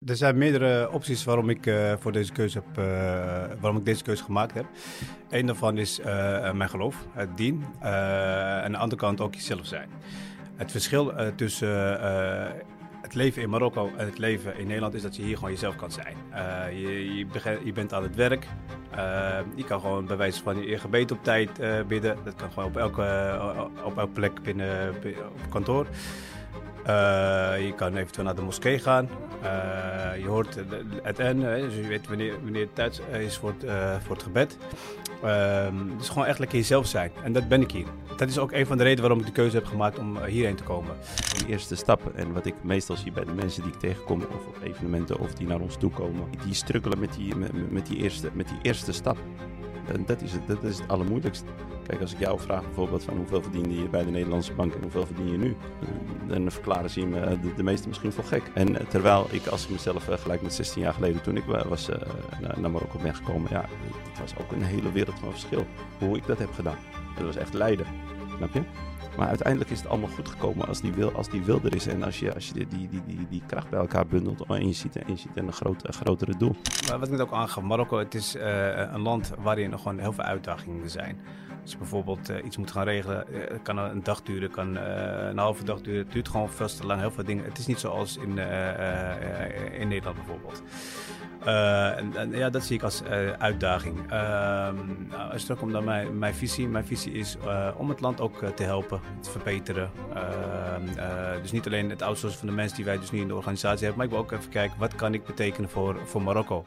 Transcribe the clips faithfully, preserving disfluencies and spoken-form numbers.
er zijn meerdere opties waarom ik, uh, voor deze keuze heb, uh, waarom ik deze keuze gemaakt heb. Eén daarvan is uh, mijn geloof, het dien. Uh, en aan de andere kant ook jezelf zijn. Het verschil uh, tussen uh, het leven in Marokko en het leven in Nederland is dat je hier gewoon jezelf kan zijn. Uh, je, je, begint, je bent aan het werk. Uh, je kan gewoon bij wijze van je gebed op tijd uh, bidden. Dat kan gewoon op elke, uh, op elke plek binnen, binnen op kantoor. Uh, je kan eventueel naar de moskee gaan. Uh, je hoort het en, uh, dus je weet wanneer, wanneer het tijd is voor het, uh, voor het gebed. Uh, dus gewoon echt lekker jezelf zijn. En dat ben ik hier. Dat is ook een van de redenen waarom ik de keuze heb gemaakt om hierheen te komen. De eerste stappen, en wat ik meestal zie bij de mensen die ik tegenkom, of op evenementen, of die naar ons toe komen, die struggelen met die, met, met die, eerste, met die eerste stap. En dat is het, dat is het allermoeilijkst. Kijk, als ik jou vraag bijvoorbeeld van hoeveel verdien je bij de Nederlandse bank en hoeveel verdien je nu, dan verklaren ze me de, de meesten misschien voor gek. En terwijl ik, als ik mezelf vergelijk met zestien jaar geleden toen ik was, uh, naar, naar Marokko ben gekomen, ja, het was ook een hele wereld van verschil. Hoe ik dat heb gedaan. Dat was echt lijden, snap je? Maar uiteindelijk is het allemaal goed gekomen als die wil, als die wil er is en als je, als je die, die, die, die kracht bij elkaar bundelt en je ziet, en je ziet een, groot, een grotere doel. Maar wat ik net ook aangaf, Marokko, het is uh, een land waarin nog gewoon heel veel uitdagingen zijn. Als je bijvoorbeeld uh, iets moet gaan regelen, uh, kan een dag duren, kan uh, een halve dag duren. Het duurt gewoon veel te lang, heel veel dingen. Het is niet zoals in, uh, uh, in Nederland bijvoorbeeld. Uh, en, en ja, dat zie ik als uh, uitdaging. Uh, als het terugkomt naar mijn, mijn visie, mijn visie is uh, om het land ook uh, te helpen, te verbeteren. Uh, uh, dus niet alleen het outsourcen van de mensen die wij dus nu in de organisatie hebben, maar ik wil ook even kijken, wat kan ik betekenen voor, voor Marokko?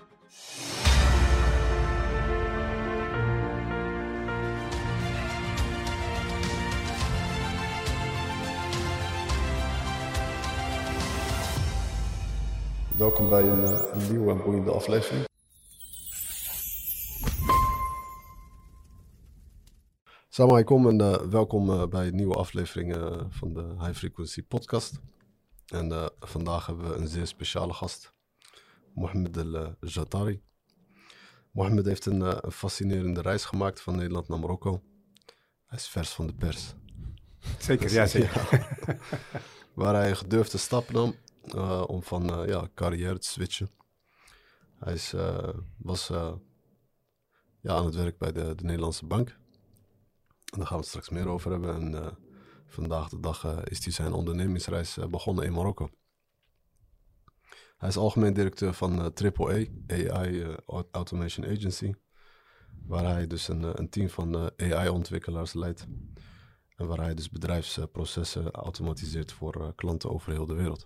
Welkom bij een, een nieuwe en boeiende aflevering. Assalamu alaikum en uh, welkom uh, bij een nieuwe aflevering uh, van de High Frequency Podcast. En uh, vandaag hebben we een zeer speciale gast, Mohamed El-Jatari. Mohamed heeft een, uh, een fascinerende reis gemaakt van Nederland naar Marokko. Hij is vers van de pers. Zeker, ja zeker. Ja. Waar hij een gedurfde stap nam. Uh, om van uh, ja, carrière te switchen. Hij is, uh, was uh, ja, aan het werk bij de, de Nederlandse bank. En daar gaan we het straks meer over hebben. En uh, vandaag de dag uh, is hij zijn ondernemingsreis uh, begonnen in Marokko. Hij is algemeen directeur van uh, Triple A, A I uh, Automation Agency. Waar hij dus een, een team van uh, A I-ontwikkelaars leidt. En waar hij dus bedrijfsprocessen automatiseert voor uh, klanten over heel de wereld.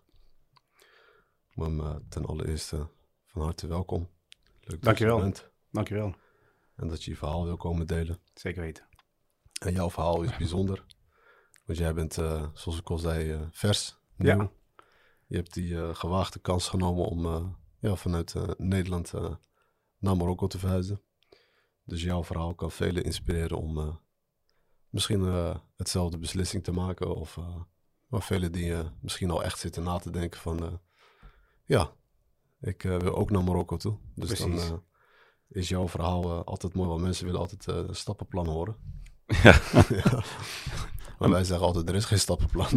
Maar uh, ten allereerste van harte welkom. Leuk dat je er bent. Dankjewel. En dat je je verhaal wil komen delen. Zeker weten. En jouw verhaal is bijzonder. Want jij bent, uh, zoals ik al zei, uh, vers, nieuw. Ja. Je hebt die uh, gewaagde kans genomen om uh, ja, vanuit uh, Nederland uh, naar Marokko te verhuizen. Dus jouw verhaal kan velen inspireren om uh, misschien uh, hetzelfde beslissing te maken. Of uh, maar velen die uh, misschien al echt zitten na te denken van... Uh, Ja, ik uh, wil ook naar Marokko toe. Dus Precies. dan uh, is jouw verhaal uh, altijd mooi, want mensen willen altijd uh, een stappenplan horen. Ja. Ja. Maar wij zeggen altijd, er is geen stappenplan.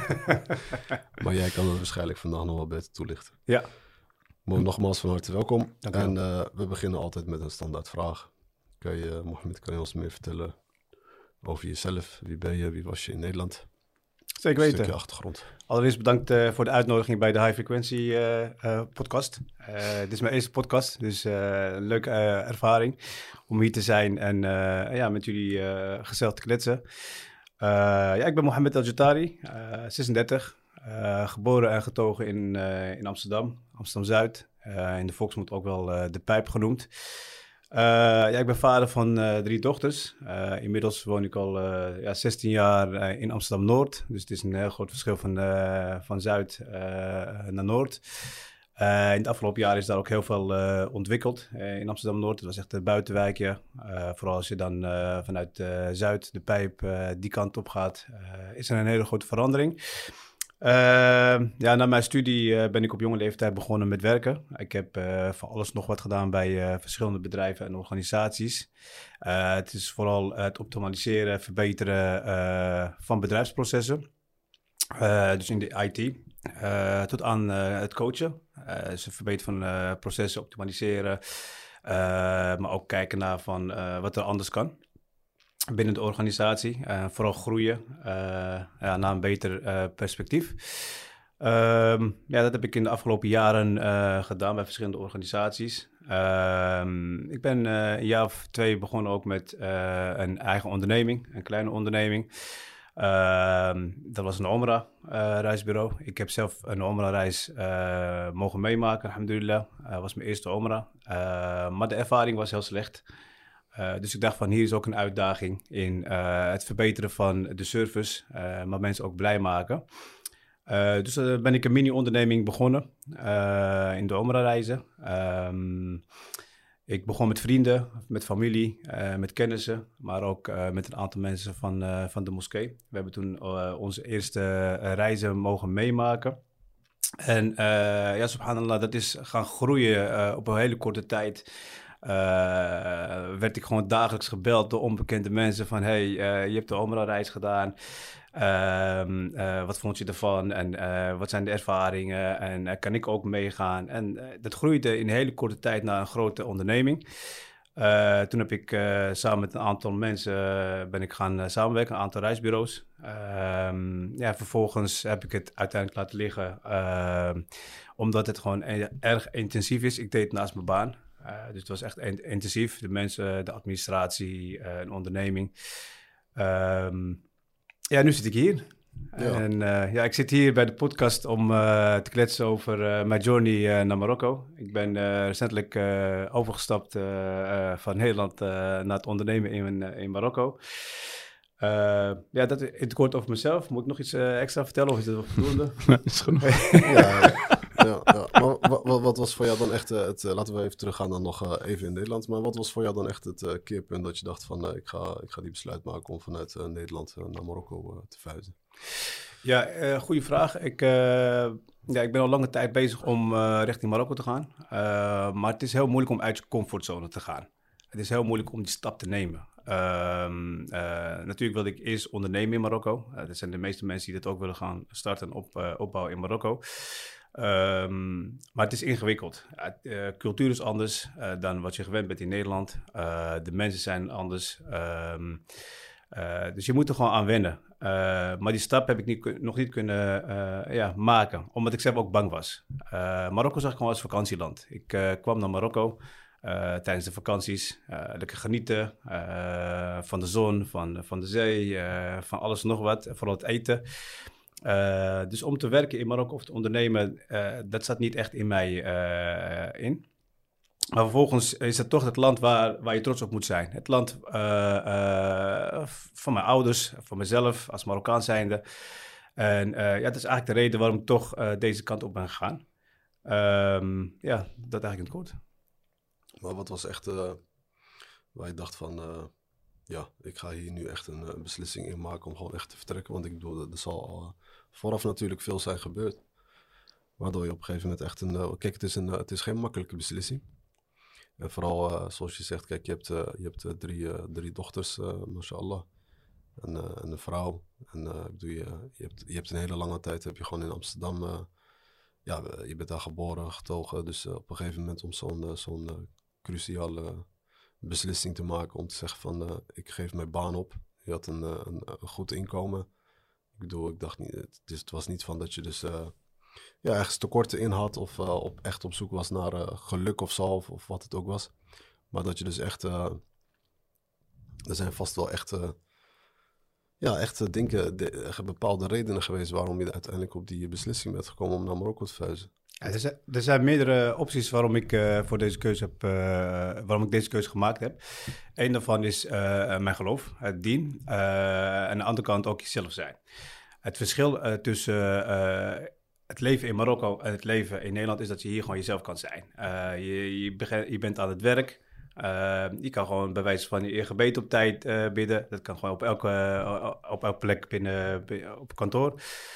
Maar jij kan het waarschijnlijk vandaag nog wel beter toelichten. Ja. Maar nogmaals van harte welkom. Dank en uh, we beginnen altijd met een standaard vraag. Kan je, Mohamed, kan je ons meer vertellen over jezelf? Wie ben je? Wie was je in Nederland? Zeker weten. Een stukje achtergrond. Allereerst bedankt uh, voor de uitnodiging bij de High Frequency uh, uh, podcast. Uh, dit is mijn eerste podcast, dus uh, een leuke uh, ervaring om hier te zijn en uh, ja, met jullie uh, gezellig te kletsen. Uh, ja, ik ben Mohamed El-Jatari, uh, zesendertig, uh, geboren en getogen in, uh, in Amsterdam, Amsterdam-Zuid. Uh, in de volksmond ook wel uh, de Pijp genoemd. Uh, ja, ik ben vader van uh, drie dochters. Uh, inmiddels woon ik al uh, ja, zestien jaar uh, in Amsterdam-Noord. Dus het is een heel groot verschil van, uh, van Zuid uh, naar Noord. Uh, in het afgelopen jaar is daar ook heel veel uh, ontwikkeld uh, in Amsterdam-Noord. Het was echt een buitenwijkje. Uh, vooral als je dan uh, vanuit uh, Zuid, de Pijp, uh, die kant op gaat, uh, is er een hele grote verandering. Uh, ja, na mijn studie uh, ben ik op jonge leeftijd begonnen met werken. Ik heb uh, van alles nog wat gedaan bij uh, verschillende bedrijven en organisaties. Uh, het is vooral het optimaliseren, verbeteren uh, van bedrijfsprocessen. Uh, dus in de I T. uh, tot aan uh, het coachen. Uh, dus het verbeteren van uh, processen, optimaliseren. Uh, maar ook kijken naar van, uh, wat er anders kan binnen de organisatie. Uh, vooral groeien uh, ja, naar een beter uh, perspectief. Um, ja, dat heb ik in de afgelopen jaren uh, gedaan bij verschillende organisaties. Um, ik ben uh, een jaar of twee begonnen ook met uh, een eigen onderneming, een kleine onderneming. Um, dat was een Omra-reisbureau. Uh, ik heb zelf een Omra-reis uh, mogen meemaken, alhamdulillah. Dat uh, was mijn eerste Omra. Uh, maar de ervaring was heel slecht. Uh, dus ik dacht van hier is ook een uitdaging in uh, het verbeteren van de service, uh, maar mensen ook blij maken. Uh, dus uh, ben ik een mini-onderneming begonnen uh, in de Omra-reizen. Um, ik begon met vrienden, met familie, uh, met kennissen, maar ook uh, met een aantal mensen van, uh, van de moskee. We hebben toen uh, onze eerste uh, reizen mogen meemaken. En uh, ja, subhanallah, dat is gaan groeien uh, op een hele korte tijd. Uh, werd ik gewoon dagelijks gebeld door onbekende mensen van hey, uh, je hebt de Omra-reis gedaan. Uh, uh, wat vond je ervan en uh, wat zijn de ervaringen en uh, kan ik ook meegaan? En uh, dat groeide in een hele korte tijd naar een grote onderneming. Uh, toen heb ik uh, samen met een aantal mensen uh, ben ik gaan uh, samenwerken, een aantal reisbureaus. Uh, ja, vervolgens heb ik het uiteindelijk laten liggen, uh, omdat het gewoon e- erg intensief is. Ik deed het naast mijn baan. Uh, dus het was echt in- intensief. De mensen, de administratie, uh, een onderneming. Um, ja, nu zit ik hier. Ja. En uh, ja, ik zit hier bij de podcast om uh, te kletsen over uh, mijn journey uh, naar Marokko. Ik ben uh, recentelijk uh, overgestapt uh, uh, van Nederland uh, naar het ondernemen in, in Marokko. Uh, ja, dat in het kort over mezelf. Moet ik nog iets uh, extra vertellen of is dat voldoende? Dat is genoeg. ja, ja, ja. Maar wat, wat was voor jou dan echt uh, het... Uh, laten we even teruggaan dan nog uh, even in Nederland. Maar wat was voor jou dan echt het uh, keerpunt dat je dacht van... Uh, ik, ga, ik ga die besluit maken om vanuit uh, Nederland uh, naar Marokko uh, te verhuizen? Ja, uh, goede vraag. Ik, uh, ja, ik ben al lange tijd bezig om uh, richting Marokko te gaan. Uh, maar het is heel moeilijk om uit je comfortzone te gaan. Het is heel moeilijk om die stap te nemen. Uh, uh, natuurlijk wilde ik eerst ondernemen in Marokko. Uh, dat zijn de meeste mensen die dat ook willen gaan starten en op, uh, opbouwen in Marokko. Um, maar het is ingewikkeld. Uh, cultuur is anders uh, dan wat je gewend bent in Nederland. Uh, de mensen zijn anders. Um, uh, dus je moet er gewoon aan wennen. Uh, maar die stap heb ik niet, nog niet kunnen uh, ja, maken, omdat ik zelf ook bang was. Uh, Marokko zag ik gewoon als vakantieland. Ik uh, kwam naar Marokko uh, tijdens de vakanties. Uh, lekker genieten uh, van de zon, van, van de zee, uh, van alles en nog wat. Vooral het eten. Uh, dus om te werken in Marokko of te ondernemen, uh, dat zat niet echt in mij uh, in. Maar vervolgens is het toch het land waar, waar je trots op moet zijn. Het land uh, uh, van mijn ouders, van mezelf als Marokkaan zijnde. En uh, ja, dat is eigenlijk de reden waarom ik toch uh, deze kant op ben gegaan. Um, ja, dat eigenlijk in het kort. Maar wat was echt uh, waar je dacht van... Uh, ja, ik ga hier nu echt een uh, beslissing in maken om gewoon echt te vertrekken. Want ik bedoel, er zal uh, vooraf natuurlijk veel zijn gebeurd. Waardoor je op een gegeven moment echt een... Uh, kijk, het is, een, uh, het is geen makkelijke beslissing. En vooral, uh, zoals je zegt, kijk, je hebt, uh, je hebt uh, drie, uh, drie dochters, uh, mashallah. En, uh, en een vrouw. En uh, ik bedoel, je, je, hebt, je hebt een hele lange tijd, heb je gewoon in Amsterdam... Uh, ja, je bent daar geboren, getogen. Dus uh, op een gegeven moment om zo'n, uh, zo'n uh, cruciale beslissing te maken... om te zeggen van, uh, ik geef mijn baan op. Je had een, uh, een, een goed inkomen. Ik bedoel, ik dacht niet... Het, dus het was niet van dat je dus... Uh, ja, ergens tekorten in had of uh, op, echt op zoek was naar uh, geluk of zo, of, of wat het ook was. Maar dat je dus echt... Uh, er zijn vast wel echt... Uh, ja, echt uh, dingen, de, bepaalde redenen geweest waarom je uiteindelijk op die beslissing bent gekomen om naar Marokko te verhuizen. Ja, er, zijn, er zijn meerdere opties waarom ik, uh, voor deze keuze heb, uh, waarom ik deze keuze gemaakt heb. Eén daarvan is uh, mijn geloof, het dien. Uh, aan de andere kant ook jezelf zijn. Het verschil uh, tussen... Uh, Het leven in Marokko en het leven in Nederland is dat je hier gewoon jezelf kan zijn. Uh, je, je, begin, je bent aan het werk. Uh, je kan gewoon bij wijze van je gebed op tijd uh, bidden. Dat kan gewoon op elke, uh, op elke plek binnen, binnen op kantoor.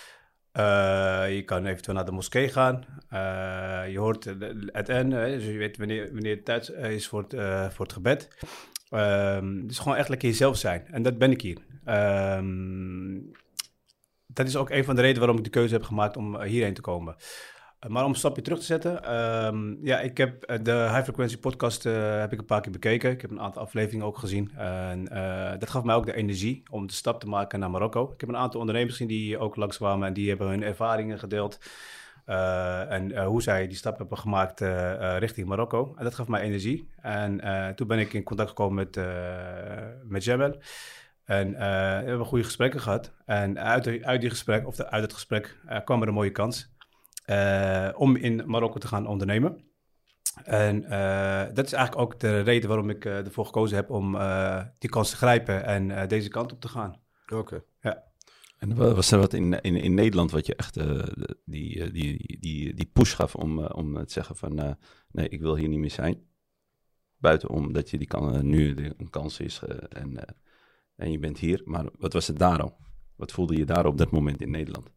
Uh, je kan eventueel naar de moskee gaan. Uh, je hoort het en, uh, dus je weet wanneer, wanneer het tijd is voor het, uh, voor het gebed. Uh, dus gewoon echt lekker jezelf zijn. En dat ben ik hier. Uh, dat is ook een van de redenen waarom ik de keuze heb gemaakt om uh, hierheen te komen. Uh, maar om een stapje terug te zetten. Um, ja, ik heb uh, de High Frequency podcast uh, heb ik een paar keer bekeken. Ik heb een aantal afleveringen ook gezien. En uh, dat gaf mij ook de energie om de stap te maken naar Marokko. Ik heb een aantal ondernemers gezien die ook langskwamen en die hebben hun ervaringen gedeeld. Uh, en uh, hoe zij die stap hebben gemaakt uh, uh, richting Marokko. En dat gaf mij energie. En uh, toen ben ik in contact gekomen met, uh, met Jamel. En uh, we hebben goede gesprekken gehad. En uit, de, uit die gesprek, of de, uit het gesprek, uh, kwam er een mooie kans uh, om in Marokko te gaan ondernemen. En uh, dat is eigenlijk ook de reden waarom ik uh, ervoor gekozen heb om uh, die kans te grijpen en uh, deze kant op te gaan. Oké. Okay. Ja. En was er wat in, in, in Nederland wat je echt uh, die, die, die, die push gaf om, uh, om te zeggen van uh, nee, ik wil hier niet meer zijn? Buiten omdat je die kan, uh, nu een kans is uh, en, uh, en je bent hier. Maar wat was het daar al? Wat voelde je daar op dat moment in Nederland?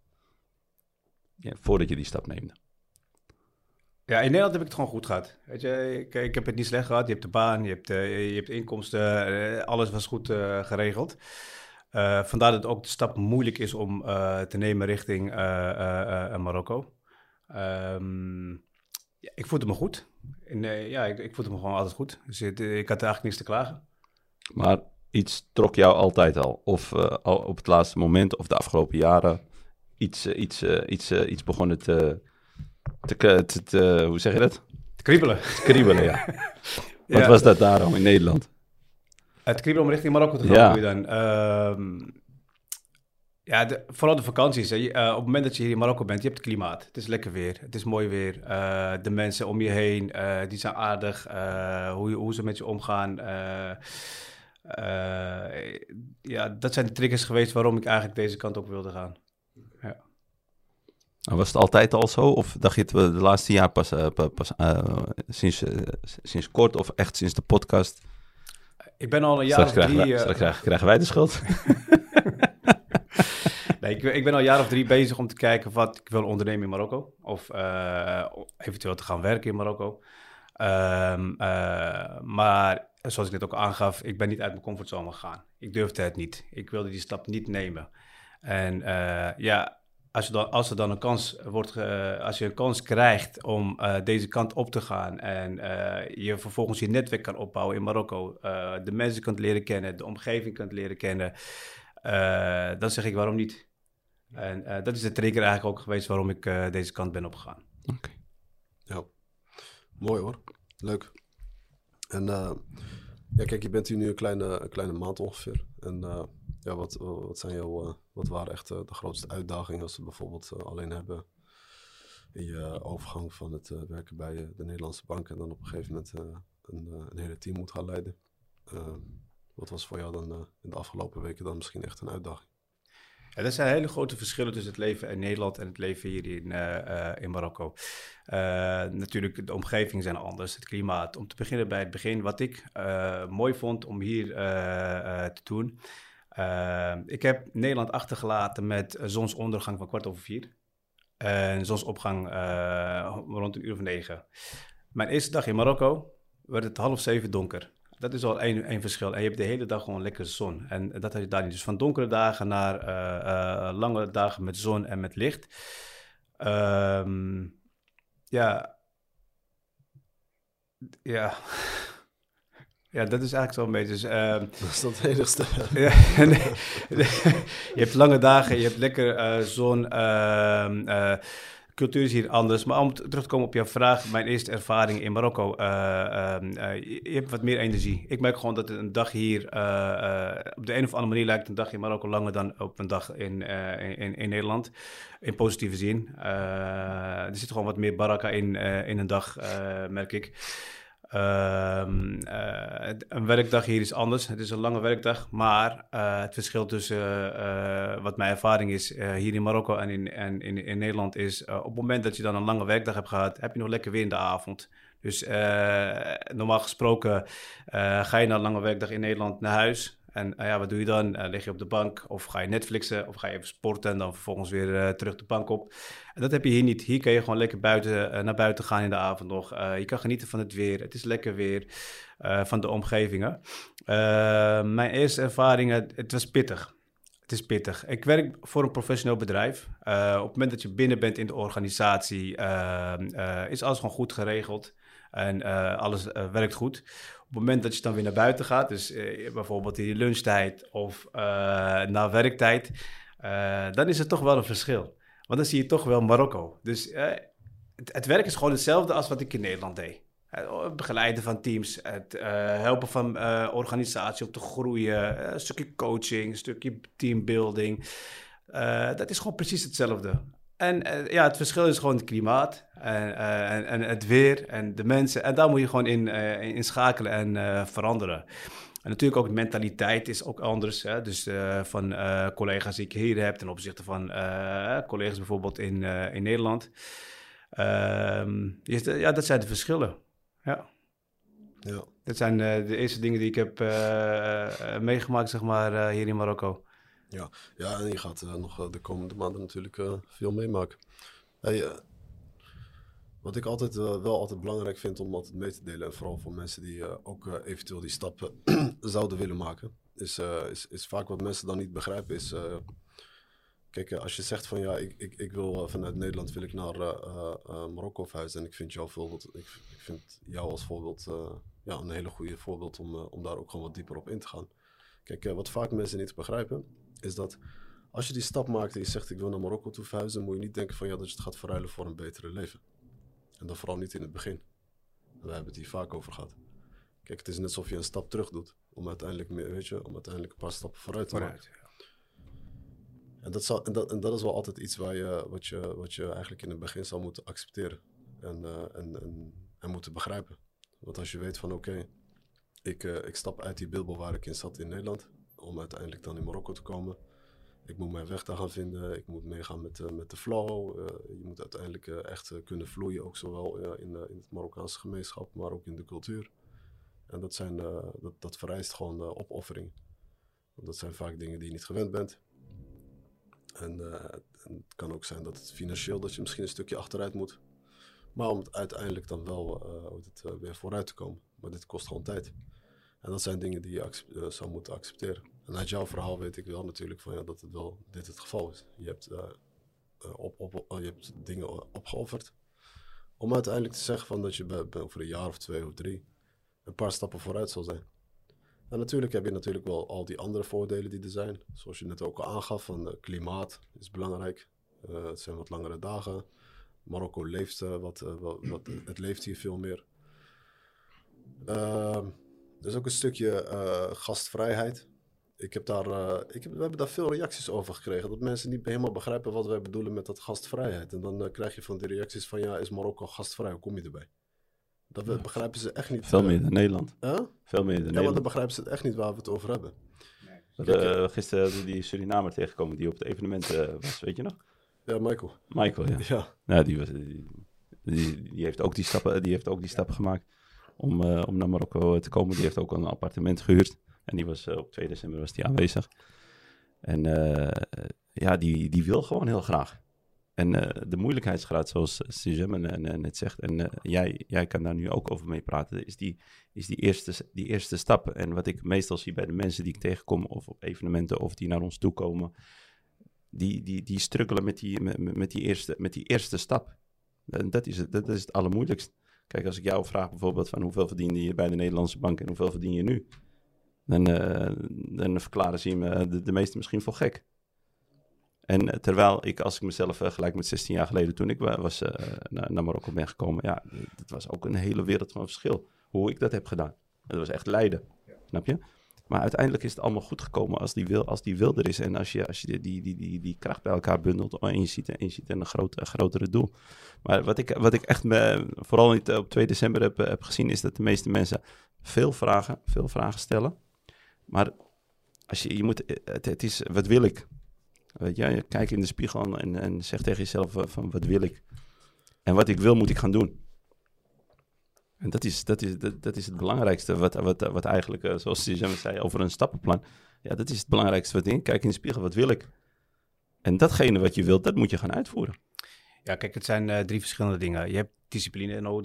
Ja, voordat je die stap neemde. Ja, in Nederland heb ik het gewoon goed gehad. Weet je, ik, ik heb het niet slecht gehad. Je hebt de baan, je hebt, uh, je hebt inkomsten, uh, alles was goed uh, geregeld. Uh, vandaar dat ook de stap moeilijk is om uh, te nemen richting uh, uh, uh, Marokko. Um, ja, ik voelde me goed. En, uh, ja, ik, ik voelde me gewoon altijd goed. Dus het, ik had eigenlijk niks te klagen. Maar iets trok jou altijd al? Of uh, al op het laatste moment of de afgelopen jaren iets, uh, iets, uh, iets, uh, iets begonnen te, te, te, te... Hoe zeg je dat? Te kriebelen. Te kriebelen, ja. Wat ja. was dat daar al in Nederland? Het kriebelen om richting Marokko te gaan, ja. Doe je dan. Uh, ja, de, vooral de vakanties. Hè. Uh, op het moment dat je hier in Marokko bent, je hebt het klimaat. Het is lekker weer, het is mooi weer. Uh, de mensen om je heen, uh, die zijn aardig. Uh, hoe, hoe ze met je omgaan. Uh, uh, ja, dat zijn de triggers geweest waarom ik eigenlijk deze kant op wilde gaan. Ja. Was het altijd al zo? Of dacht je het de laatste jaar pas, uh, pas uh, sinds, uh, sinds kort of echt sinds de podcast? Ik ben al een jaar straks of drie... Krijgen wij, uh, krijgen, krijgen wij de schuld? nee, ik, ik ben al een jaar of drie bezig om te kijken wat ik wil ondernemen in Marokko. Of uh, eventueel te gaan werken in Marokko. Um, uh, maar zoals ik net ook aangaf, ik ben niet uit mijn comfortzone gegaan. Ik durfde het niet. Ik wilde die stap niet nemen. En uh, ja... Als, je dan, als er dan een kans wordt, uh, als je een kans krijgt om uh, deze kant op te gaan en uh, je vervolgens je netwerk kan opbouwen in Marokko, uh, de mensen kunt leren kennen, de omgeving kunt leren kennen, uh, dan zeg ik waarom niet. En uh, dat is de trigger eigenlijk ook geweest waarom ik uh, deze kant ben opgegaan. Oké. Okay. Ja, mooi hoor. Leuk. En uh, ja, kijk, je bent hier nu een kleine, een kleine maand ongeveer. En uh, ja, wat, wat zijn jouw, uh, wat waren echt uh, de grootste uitdagingen als we bijvoorbeeld uh, alleen hebben in je overgang van het uh, werken bij uh, de Nederlandse bank en dan op een gegeven moment uh, een, uh, een hele team moet gaan leiden. Uh, wat was voor jou dan uh, in de afgelopen weken dan misschien echt een uitdaging? Ja, er zijn hele grote verschillen tussen het leven in Nederland en het leven hier in, uh, uh, in Marokko. Uh, natuurlijk, de omgevingen zijn anders, het klimaat. Om te beginnen bij het begin, wat ik uh, mooi vond om hier uh, uh, te doen. Uh, ik heb Nederland achtergelaten met zonsondergang van kwart over vier. En zonsopgang uh, rond een uur of negen. Mijn eerste dag in Marokko werd het half zeven donker. Dat is al één, één verschil. En je hebt de hele dag gewoon lekker zon. En dat had je daar niet. Dus van donkere dagen naar uh, uh, lange dagen met zon en met licht. Um, ja. Ja. Ja, dat is eigenlijk zo'n beetje. Dus, uh, dat is dat het enigste. ja, nee, nee. Je hebt lange dagen, je hebt lekker uh, zon. Uh, uh, cultuur is hier anders. Maar om terug te komen op jouw vraag, mijn eerste ervaring in Marokko. Uh, uh, uh, je hebt wat meer energie. Ik merk gewoon dat een dag hier, uh, uh, op de een of andere manier lijkt een dag in Marokko langer dan op een dag in, uh, in, in Nederland. In positieve zin. Uh, er zit gewoon wat meer baraka in, uh, in een dag, uh, merk ik. Uh, uh, een werkdag hier is anders. Het is een lange werkdag, maar uh, het verschil tussen uh, wat mijn ervaring is uh, hier in Marokko en in, en in, in Nederland is uh, op het moment dat je dan een lange werkdag hebt gehad, heb je nog lekker weer in de avond. Dus uh, normaal gesproken uh, ga je na een lange werkdag in Nederland naar huis. En uh, ja, wat doe je dan? Uh, lig je op de bank of ga je Netflixen of ga je even sporten en dan vervolgens weer uh, terug de bank op. En dat heb je hier niet. Hier kun je gewoon lekker buiten, uh, naar buiten gaan in de avond nog. Uh, je kan genieten van het weer. Het is lekker weer uh, van de omgevingen. Uh, mijn eerste ervaringen, het was pittig. Het het is pittig. Ik werk voor een professioneel bedrijf. Uh, op het moment dat je binnen bent in de organisatie, uh, uh, is alles gewoon goed geregeld. En uh, alles uh, werkt goed. Op het moment dat je dan weer naar buiten gaat, dus uh, bijvoorbeeld in je lunchtijd of uh, na werktijd, uh, dan is het toch wel een verschil. Want dan zie je toch wel Marokko. Dus uh, het, het werk is gewoon hetzelfde als wat ik in Nederland deed. Het begeleiden van teams, het uh, helpen van uh, organisatie om te groeien, uh, een stukje coaching, een stukje teambuilding. Uh, dat is gewoon precies hetzelfde. En uh, ja, het verschil is gewoon het klimaat en, uh, en, en het weer en de mensen. En daar moet je gewoon in, uh, in schakelen en uh, veranderen. En natuurlijk ook de mentaliteit is ook anders. Hè? Dus uh, van uh, collega's die ik hier heb ten opzichte van uh, collega's bijvoorbeeld in, uh, in Nederland. Uh, ja, dat zijn de verschillen. Ja. ja. Dat zijn uh, de eerste dingen die ik heb uh, uh, meegemaakt, zeg maar, uh, hier in Marokko. Ja, ja en je gaat uh, nog uh, de komende maanden natuurlijk uh, veel meemaken. Hey, uh, wat ik altijd uh, wel altijd belangrijk vind om altijd mee te delen, en vooral voor mensen die uh, ook uh, eventueel die stappen zouden willen maken, is, uh, is, is vaak wat mensen dan niet begrijpen is... Uh, Kijk, als je zegt van ja, ik, ik, ik wil vanuit Nederland wil ik naar uh, uh, Marokko verhuizen en ik vind jou voorbeeld, ik, ik vind jou als voorbeeld uh, ja, een hele goede voorbeeld om, uh, om daar ook gewoon wat dieper op in te gaan. Kijk, uh, wat vaak mensen niet begrijpen, is dat als je die stap maakt en je zegt ik wil naar Marokko toe verhuizen, moet je niet denken van ja, dat je het gaat verruilen voor een betere leven. En dan vooral niet in het begin. En daar hebben we het hier vaak over gehad. Kijk, het is net alsof je een stap terug doet om uiteindelijk, weet je, om uiteindelijk een paar stappen vooruit te Vooruit, maken. Ja. En dat, zal, en, dat, en dat is wel altijd iets waar je, wat, je, wat je eigenlijk in het begin zal moeten accepteren en, uh, en, en, en moeten begrijpen. Want als je weet van oké, okay, ik, uh, ik stap uit die bubbel waar ik in zat in Nederland, om uiteindelijk dan in Marokko te komen. Ik moet mijn weg daar gaan vinden, ik moet meegaan met, uh, met de flow. Uh, je moet uiteindelijk uh, echt uh, kunnen vloeien, ook zowel uh, in, uh, in het Marokkaanse gemeenschap, maar ook in de cultuur. En dat, zijn, uh, dat, dat vereist gewoon uh, opoffering. Want dat zijn vaak dingen die je niet gewend bent. En, uh, en het kan ook zijn dat het financieel, dat je misschien een stukje achteruit moet. Maar om het uiteindelijk dan wel uh, het, uh, weer vooruit te komen. Maar dit kost gewoon tijd. En dat zijn dingen die je accept, uh, zou moeten accepteren. En uit jouw verhaal weet ik wel natuurlijk van, ja, dat het wel dit het geval is. Je hebt, uh, uh, op, op, uh, je hebt dingen opgeofferd. Om uiteindelijk te zeggen van dat je bij, bij over een jaar of twee of drie een paar stappen vooruit zal zijn. En natuurlijk heb je natuurlijk wel al die andere voordelen die er zijn. Zoals je net ook al aangaf, van uh, klimaat is belangrijk. Uh, het zijn wat langere dagen. Marokko leeft uh, wat, uh, wat, wat, het leeft hier veel meer. Uh, er is ook een stukje uh, gastvrijheid. Ik heb daar, uh, ik heb, we hebben daar veel reacties over gekregen. Dat mensen niet helemaal begrijpen wat wij bedoelen met dat gastvrijheid. En dan uh, krijg je van die reacties van ja, is Marokko gastvrij? Hoe kom je erbij? Dat we, begrijpen ze echt niet. Veel meer dan Nederland. Huh? Veel meer dan ja, Nederland. want dan begrijpen ze het echt niet waar we het over hebben. Nee. De, uh, gisteren die, die Surinamer tegengekomen die op het evenement uh, was, weet je nog? Ja, Michael. Michael, ja. Ja, ja die, was, die, die, die, heeft ook die, stappen, die heeft ook die stappen gemaakt om, uh, om naar Marokko te komen. Die heeft ook een appartement gehuurd. En die was uh, op twee december was die aanwezig. En uh, ja, die, die wil gewoon heel graag. En uh, de moeilijkheidsgraad, zoals Sijem net zegt, en uh, jij, jij kan daar nu ook over mee praten, is die, is die, eerste, die eerste stap. En wat ik meestal zie bij de mensen die ik tegenkom, of op evenementen, of die naar ons toe komen, die, die, die struggelen met die, met, met, die eerste, met die eerste stap. En dat is het, dat is het allermoeilijkst. Kijk, als ik jou vraag bijvoorbeeld van hoeveel verdien je bij de Nederlandse bank en hoeveel verdien je nu, dan, uh, dan verklaren ze me de, de meesten misschien voor gek. En uh, terwijl ik, als ik mezelf uh, gelijk met zestien jaar geleden, toen ik uh, was, uh, naar, naar Marokko ben gekomen, ja, dat was ook een hele wereld van verschil. Hoe ik dat heb gedaan. Dat was echt lijden, ja. Snap je? Maar uiteindelijk is het allemaal goed gekomen als die wil, als die wil er is. En als je, als je die, die, die, die kracht bij elkaar bundelt en je ziet, en je ziet een, groot, een grotere doel. Maar wat ik, wat ik echt me, vooral niet op twee december heb, heb gezien, is dat de meeste mensen veel vragen, veel vragen stellen. Maar als je, je moet, het, het is, wat wil ik? Weet je, je kijkt in de spiegel en, en zegt tegen jezelf van, wat wil ik? En wat ik wil, moet ik gaan doen. En dat is, dat is, dat, dat is het belangrijkste wat, wat, wat eigenlijk, zoals Sijem zei, over een stappenplan. Ja, dat is het belangrijkste wat in. Kijk in de spiegel, wat wil ik? En datgene wat je wilt, dat moet je gaan uitvoeren. Ja, kijk, het zijn uh, drie verschillende dingen. Je hebt discipline nodig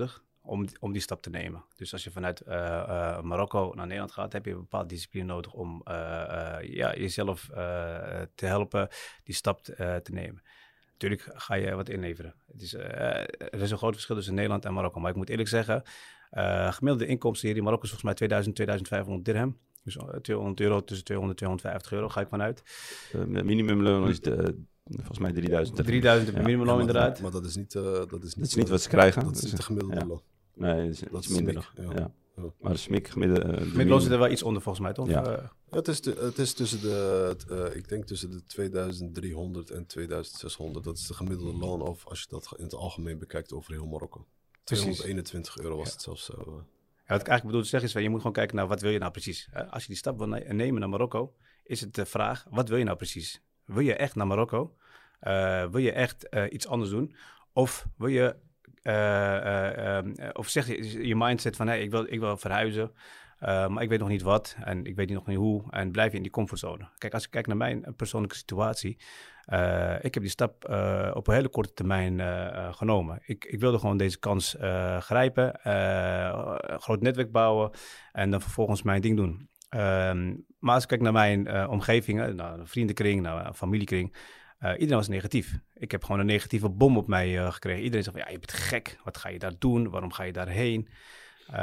om, om die stap te nemen. Dus als je vanuit uh, uh, Marokko naar Nederland gaat, heb je een bepaalde discipline nodig om uh, uh, ja, jezelf uh, te helpen die stap te, uh, te nemen. Natuurlijk ga je wat inleveren. Het is, uh, er is een groot verschil tussen Nederland en Marokko. Maar ik moet eerlijk zeggen, uh, gemiddelde inkomsten hier in Marokko is volgens mij tweeduizend, tweeduizend vijfhonderd dirham. Dus tweehonderd euro, tussen tweehonderd en tweehonderdvijftig euro ga ik vanuit. Uh, minimumloon is de, volgens mij drieduizend. drieduizend ja. minimumloon ja, maar, inderdaad. Maar dat is niet, uh, dat is niet, dat is niet wat ze krijgen. Dat is niet de gemiddelde ja. loon. Nee, dat is, dat is is minder. smik, ja. Ja. Ja. Maar de smik gemiddelde... Uh, Gemiddeld zit er wel iets onder volgens mij, toch? Ja. Uh, Ja, het, is te, het is tussen de, uh, ik denk tussen de tweeduizend driehonderd en tweeduizend zeshonderd. Dat is de gemiddelde loon, of als je dat in het algemeen bekijkt over heel Marokko. tweehonderdeenentwintig euro was ja. het zelfs. Uh, ja, wat ik eigenlijk bedoel te zeggen is, je moet gewoon kijken naar wat wil je nou precies. Uh, als je die stap wil ne- nemen naar Marokko, is het de vraag, wat wil je nou precies? Wil je echt naar Marokko? Uh, wil je echt uh, iets anders doen? Of wil je, uh, uh, uh, of zeg je je mindset van, hey, ik wil, ik wil verhuizen, uh, maar ik weet nog niet wat en ik weet nog niet hoe en blijf je in die comfortzone. Kijk, als ik kijk naar mijn persoonlijke situatie, uh, ik heb die stap uh, op een hele korte termijn uh, uh, genomen. Ik, ik wilde gewoon deze kans uh, grijpen, uh, een groot netwerk bouwen en dan vervolgens mijn ding doen. Um, maar als ik kijk naar mijn uh, omgeving, naar een vriendenkring, naar een familiekring, Uh, iedereen was negatief. Ik heb gewoon een negatieve bom op mij uh, gekregen. Iedereen zegt van, ja, je bent gek. Wat ga je daar doen? Waarom ga je daarheen? Uh,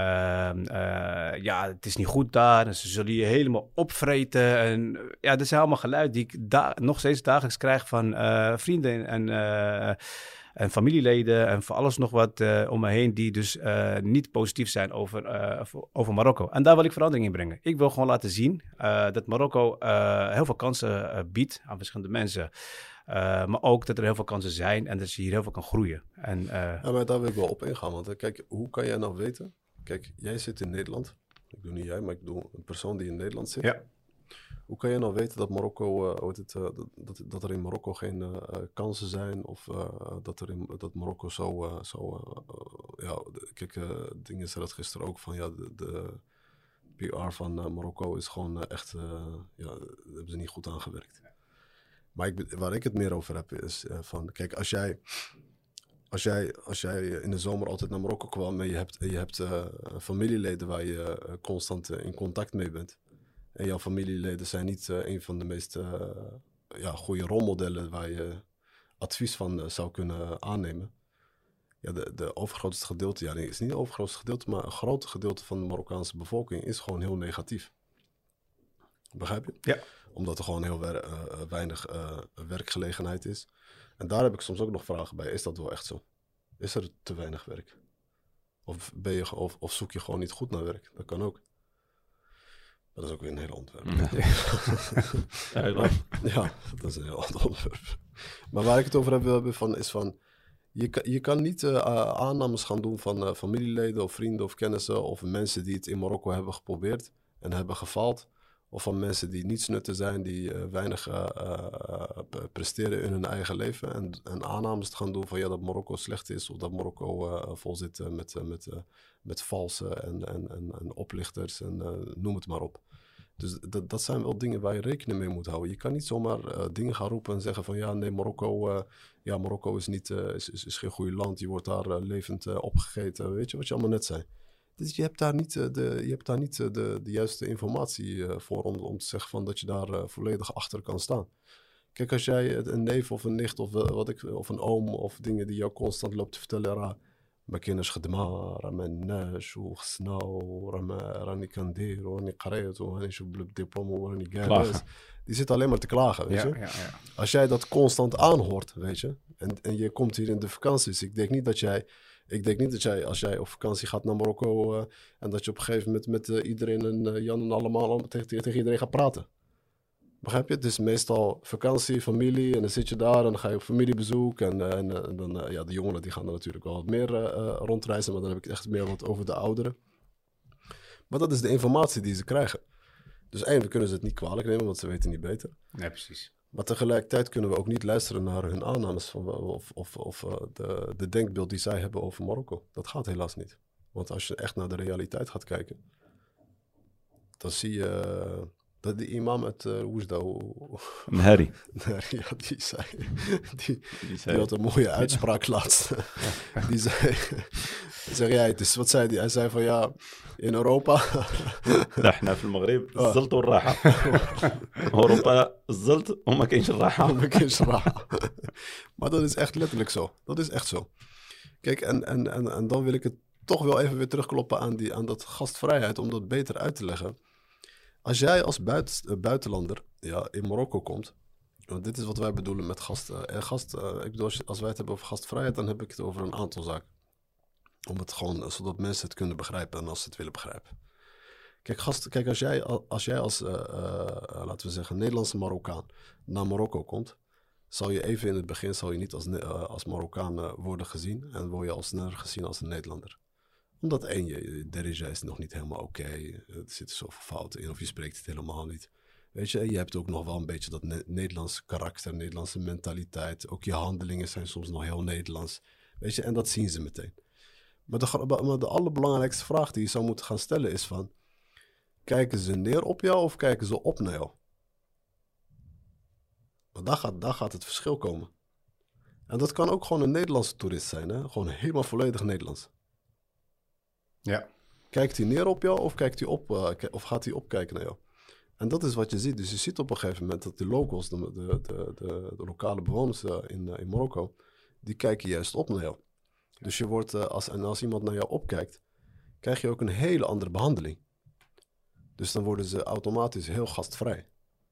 uh, ja, het is niet goed daar. En ze zullen je helemaal opvreten. En ja, dat zijn allemaal geluiden die ik da- nog steeds dagelijks krijg van uh, vrienden en, uh, en familieleden. En voor alles nog wat uh, om me heen die dus uh, niet positief zijn over, uh, over Marokko. En daar wil ik verandering in brengen. Ik wil gewoon laten zien uh, dat Marokko uh, heel veel kansen uh, biedt aan verschillende mensen. Uh, maar ook dat er heel veel kansen zijn en dat je hier heel veel kan groeien. En, uh, ja, maar daar wil ik wel op ingaan. Want kijk, hoe kan jij nou weten? Kijk, jij zit in Nederland. Ik doe niet jij, maar ik bedoel een persoon die in Nederland zit. Ja. Hoe kan je nou weten dat Marokko, uh, het, uh, dat, dat, dat er in Marokko geen uh, kansen zijn? Of uh, dat, er in, dat Marokko zo... Uh, zo uh, ja, de, kijk, uh, dingen zei dat gisteren ook van... Ja, de, de P R van uh, Marokko is gewoon uh, echt... Uh, ja, daar hebben ze niet goed aan gewerkt. Maar ik, waar ik het meer over heb is uh, van... Kijk, als jij... Als jij, als jij in de zomer altijd naar Marokko kwam en je hebt, en je hebt uh, familieleden waar je uh, constant uh, in contact mee bent. En jouw familieleden zijn niet uh, een van de meest uh, ja, goede rolmodellen waar je advies van uh, zou kunnen aannemen. Ja, de, de overgrootste gedeelte, ja, nee, is niet het overgrootste gedeelte, maar een groot gedeelte van de Marokkaanse bevolking is gewoon heel negatief. Begrijp je? Ja. Omdat er gewoon heel wer- uh, weinig uh, werkgelegenheid is. En daar heb ik soms ook nog vragen bij. Is dat wel echt zo? Is er te weinig werk? Of, ben je, of, of zoek je gewoon niet goed naar werk? Dat kan ook. Dat is ook weer een heel onderwerp. Ja, ja, dat is een heel ander onderwerp. Maar waar ik het over heb van, is van... Je kan, je kan niet uh, aannames gaan doen van uh, familieleden of vrienden of kennissen... of mensen die het in Marokko hebben geprobeerd en hebben gefaald... Of van mensen die niets nutten zijn, die uh, weinig uh, uh, presteren in hun eigen leven. En, en aannames te gaan doen van ja, dat Marokko slecht is. Of dat Marokko uh, vol zit uh, met, uh, met, uh, met valse en, en, en, en oplichters en uh, noem het maar op. Dus dat, dat zijn wel dingen waar je rekening mee moet houden. Je kan niet zomaar uh, dingen gaan roepen en zeggen van ja, nee, Marokko, uh, ja, Marokko is, niet, uh, is, is, is geen goed land. Je wordt daar uh, levend uh, opgegeten. Weet je wat je allemaal net zei? Dus je hebt daar niet, uh, de, je hebt daar niet uh, de, de juiste informatie uh, voor om, om te zeggen van dat je daar uh, volledig achter kan staan. Kijk, als jij een neef of een nicht of, uh, wat ik, of een oom of dingen die jou constant loopt te vertellen... Ra, ما كاينش خدمة راه ما عندناش وخصنا وراه ما راني كندير وراني قريت وراني نشوف بالدبلوم وراني جالس. Die zit alleen maar te klagen, weet ja, je. ja, ja. Als jij dat constant aanhoort, weet je. En, en je komt hier in de vakanties. Ik denk niet dat jij... Ik denk niet dat jij, als jij op vakantie gaat naar Marokko... Uh, en dat je op een gegeven moment met uh, iedereen en uh, Jan en allemaal... Tegen, tegen iedereen gaat praten. Begrijp je? Het is meestal vakantie, familie en dan zit je daar en dan ga je op familiebezoek. En, uh, en, uh, en dan, uh, ja, de jongeren die gaan er natuurlijk wel wat meer uh, rondreizen, maar dan heb ik het echt meer wat over de ouderen. Maar dat is de informatie die ze krijgen. Dus één, we kunnen ze het niet kwalijk nemen, want ze weten niet beter. Nee, precies. Maar tegelijkertijd kunnen we ook niet luisteren naar hun aannames van, of, of, of uh, de, de denkbeeld die zij hebben over Marokko. Dat gaat helaas niet. Want als je echt naar de realiteit gaat kijken, dan zie je... Uh, Dat die imam uit uh, Woesda... Harry. Ja, die zei... Die, Die die had een mooie uitspraak laatst. Die zei... Zeg jij, het is, wat zei hij? Hij zei van ja, in Europa... احنا في المغرب الزلط والراحة. Europa الزلط وما كاينش الراحة. وما كاينش الراحة. Maar dat is echt letterlijk zo. Dat is echt zo. Kijk, en, en, en, en dan wil ik het toch wel even weer terugkloppen aan, die, aan dat gastvrijheid, om dat beter uit te leggen. Als jij als buiten, buitenlander ja, in Marokko komt, want dit is wat wij bedoelen met gast, uh, gast uh, ik bedoel, als, als wij het hebben over gastvrijheid, dan heb ik het over een aantal zaken. Om het gewoon, zodat mensen het kunnen begrijpen en als ze het willen begrijpen. Kijk, gast, kijk als jij als, jij als uh, uh, laten we zeggen, Nederlandse Marokkaan naar Marokko komt, zal je even in het begin zal je niet als, uh, als Marokkaan uh, worden gezien en word je al sneller gezien als een Nederlander. Omdat één, je derija is nog niet helemaal oké, okay, er zitten zoveel fouten in of je spreekt het helemaal niet. Weet je, je hebt ook nog wel een beetje dat ne- Nederlandse karakter, Nederlandse mentaliteit. Ook je handelingen zijn soms nog heel Nederlands. Weet je, en dat zien ze meteen. Maar de, maar de allerbelangrijkste vraag die je zou moeten gaan stellen is van... Kijken ze neer op jou of kijken ze op naar jou? Maar daar gaat, daar gaat het verschil komen. En dat kan ook gewoon een Nederlandse toerist zijn, hè? Gewoon helemaal volledig Nederlands. Ja. Kijkt hij neer op jou of, kijkt hij op, uh, of gaat hij opkijken naar jou? En dat is wat je ziet. Dus je ziet op een gegeven moment dat de locals, de, de, de, de, de lokale bewoners uh, in, uh, in Marokko, die kijken juist op naar jou. Dus je wordt, uh, als, en als iemand naar jou opkijkt, krijg je ook een hele andere behandeling. Dus dan worden ze automatisch heel gastvrij.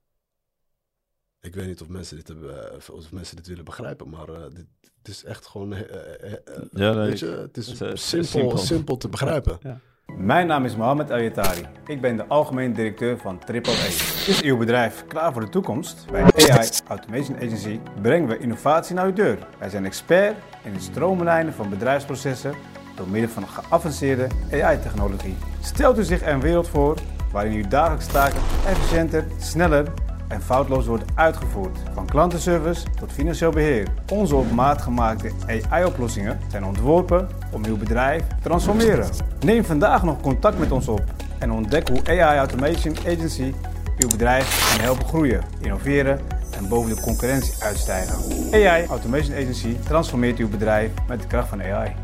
Ik weet niet of mensen dit, hebben, of mensen dit willen begrijpen, maar uh, dit, het is echt gewoon... Uh, uh, uh, Ja, nee, weet je, het is, het is simpel, simpel. simpel te begrijpen. Ja. Mijn naam is Mohamed Ayatari. Ik ben de algemeen directeur van Triple A. Is uw bedrijf klaar voor de toekomst? Bij A I Automation Agency brengen we innovatie naar uw deur. Wij zijn expert in het stroomlijnen van bedrijfsprocessen door middel van geavanceerde A I-technologie. Stelt u zich een wereld voor waarin uw dagelijkse taken efficiënter, sneller en foutloos worden uitgevoerd. Van klantenservice tot financieel beheer. Onze op maat gemaakte A I-oplossingen zijn ontworpen om uw bedrijf te transformeren. Neem vandaag nog contact met ons op en ontdek hoe A I Automation Agency uw bedrijf kan helpen groeien, innoveren en boven de concurrentie uitstijgen. A I Automation Agency transformeert uw bedrijf met de kracht van A I.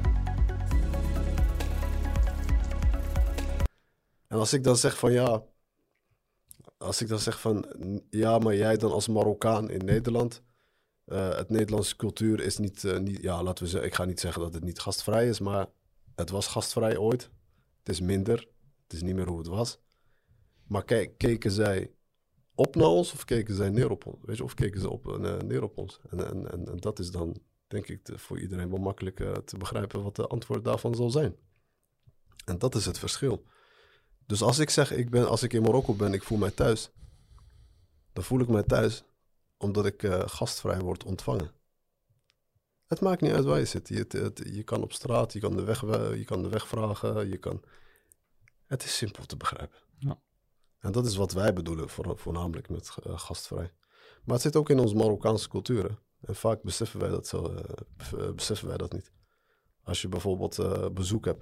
En als ik dan zeg van ja... Als ik dan zeg van, ja, maar jij dan als Marokkaan in Nederland, uh, het Nederlandse cultuur is niet, uh, niet, ja, laten we zeggen, ik ga niet zeggen dat het niet gastvrij is, maar het was gastvrij ooit. Het is minder, het is niet meer hoe het was. Maar kijk, keken zij op naar ons of keken zij neer op ons? Weet je, of keken ze op, uh, neer op ons? En, en, en, en dat is dan, denk ik, te, voor iedereen wel makkelijk uh, te begrijpen wat de antwoord daarvan zal zijn. En dat is het verschil. Dus als ik zeg, ik ben, als ik in Marokko ben, ik voel mij thuis. Dan voel ik mij thuis omdat ik uh, gastvrij word ontvangen. Het maakt niet uit waar je zit. Je, het, je kan op straat, je kan de weg, je kan de weg vragen. Je kan... Het is simpel te begrijpen. Ja. En dat is wat wij bedoelen, voor, voornamelijk met uh, gastvrij. Maar het zit ook in onze Marokkaanse cultuur. Hè? En vaak beseffen wij dat, zo, uh, beseffen wij dat niet. Als je bijvoorbeeld uh, bezoek hebt.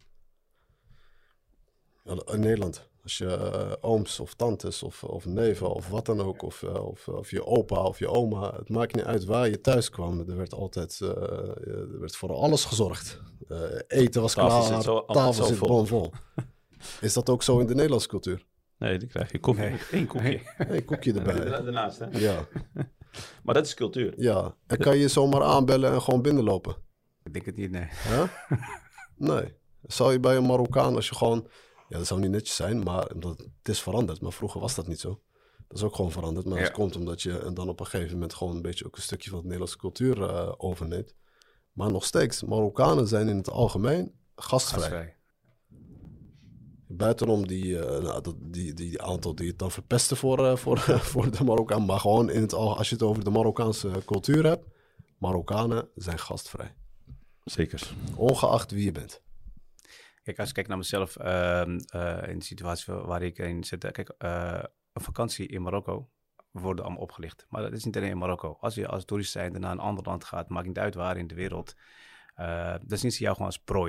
In Nederland, als je uh, ooms of tantes of, of neven of wat dan ook, of, uh, of, of je opa of je oma, het maakt niet uit waar je thuis kwam. Er werd altijd, uh, er werd voor alles gezorgd. Uh, eten was Tafel klaar, zit zo- tafel zo zit vol. bomvol. Is dat ook zo in de Nederlandse cultuur? Nee, dan krijg je koffie. Nee. Eén koekje. Een koekje erbij. Daarnaast, hè? Ja, Maar dat is cultuur. ja. En kan je zomaar aanbellen en gewoon binnenlopen? Ik denk het niet, nee. Huh? Nee. Zou je bij een Marokkaan, als je gewoon... Ja, dat zou niet netjes zijn, maar omdat het is veranderd. Maar vroeger was dat niet zo. Dat is ook gewoon veranderd. Maar Ja. dat komt omdat je en dan op een gegeven moment gewoon een beetje ook een stukje van de Nederlandse cultuur uh, overneemt. Maar nog steeds, Marokkanen zijn in het algemeen gastvrij. Gastvrij. Buitenom die, uh, nou, dat, die, die, die aantal die het dan verpesten voor, uh, voor, voor de Marokkaan. Maar gewoon in het al, als je het over de Marokkaanse cultuur hebt. Marokkanen zijn gastvrij. Zeker. Ongeacht wie je bent. Kijk, als ik kijk naar mezelf uh, uh, in de situatie waar ik in zit. uh, Kijk, uh, een vakantie in Marokko worden allemaal opgelicht. Maar dat is niet alleen in Marokko. Als je als toerist zijnde naar een ander land gaat, maakt niet uit waar in de wereld. Uh, dan zien ze jou gewoon als prooi.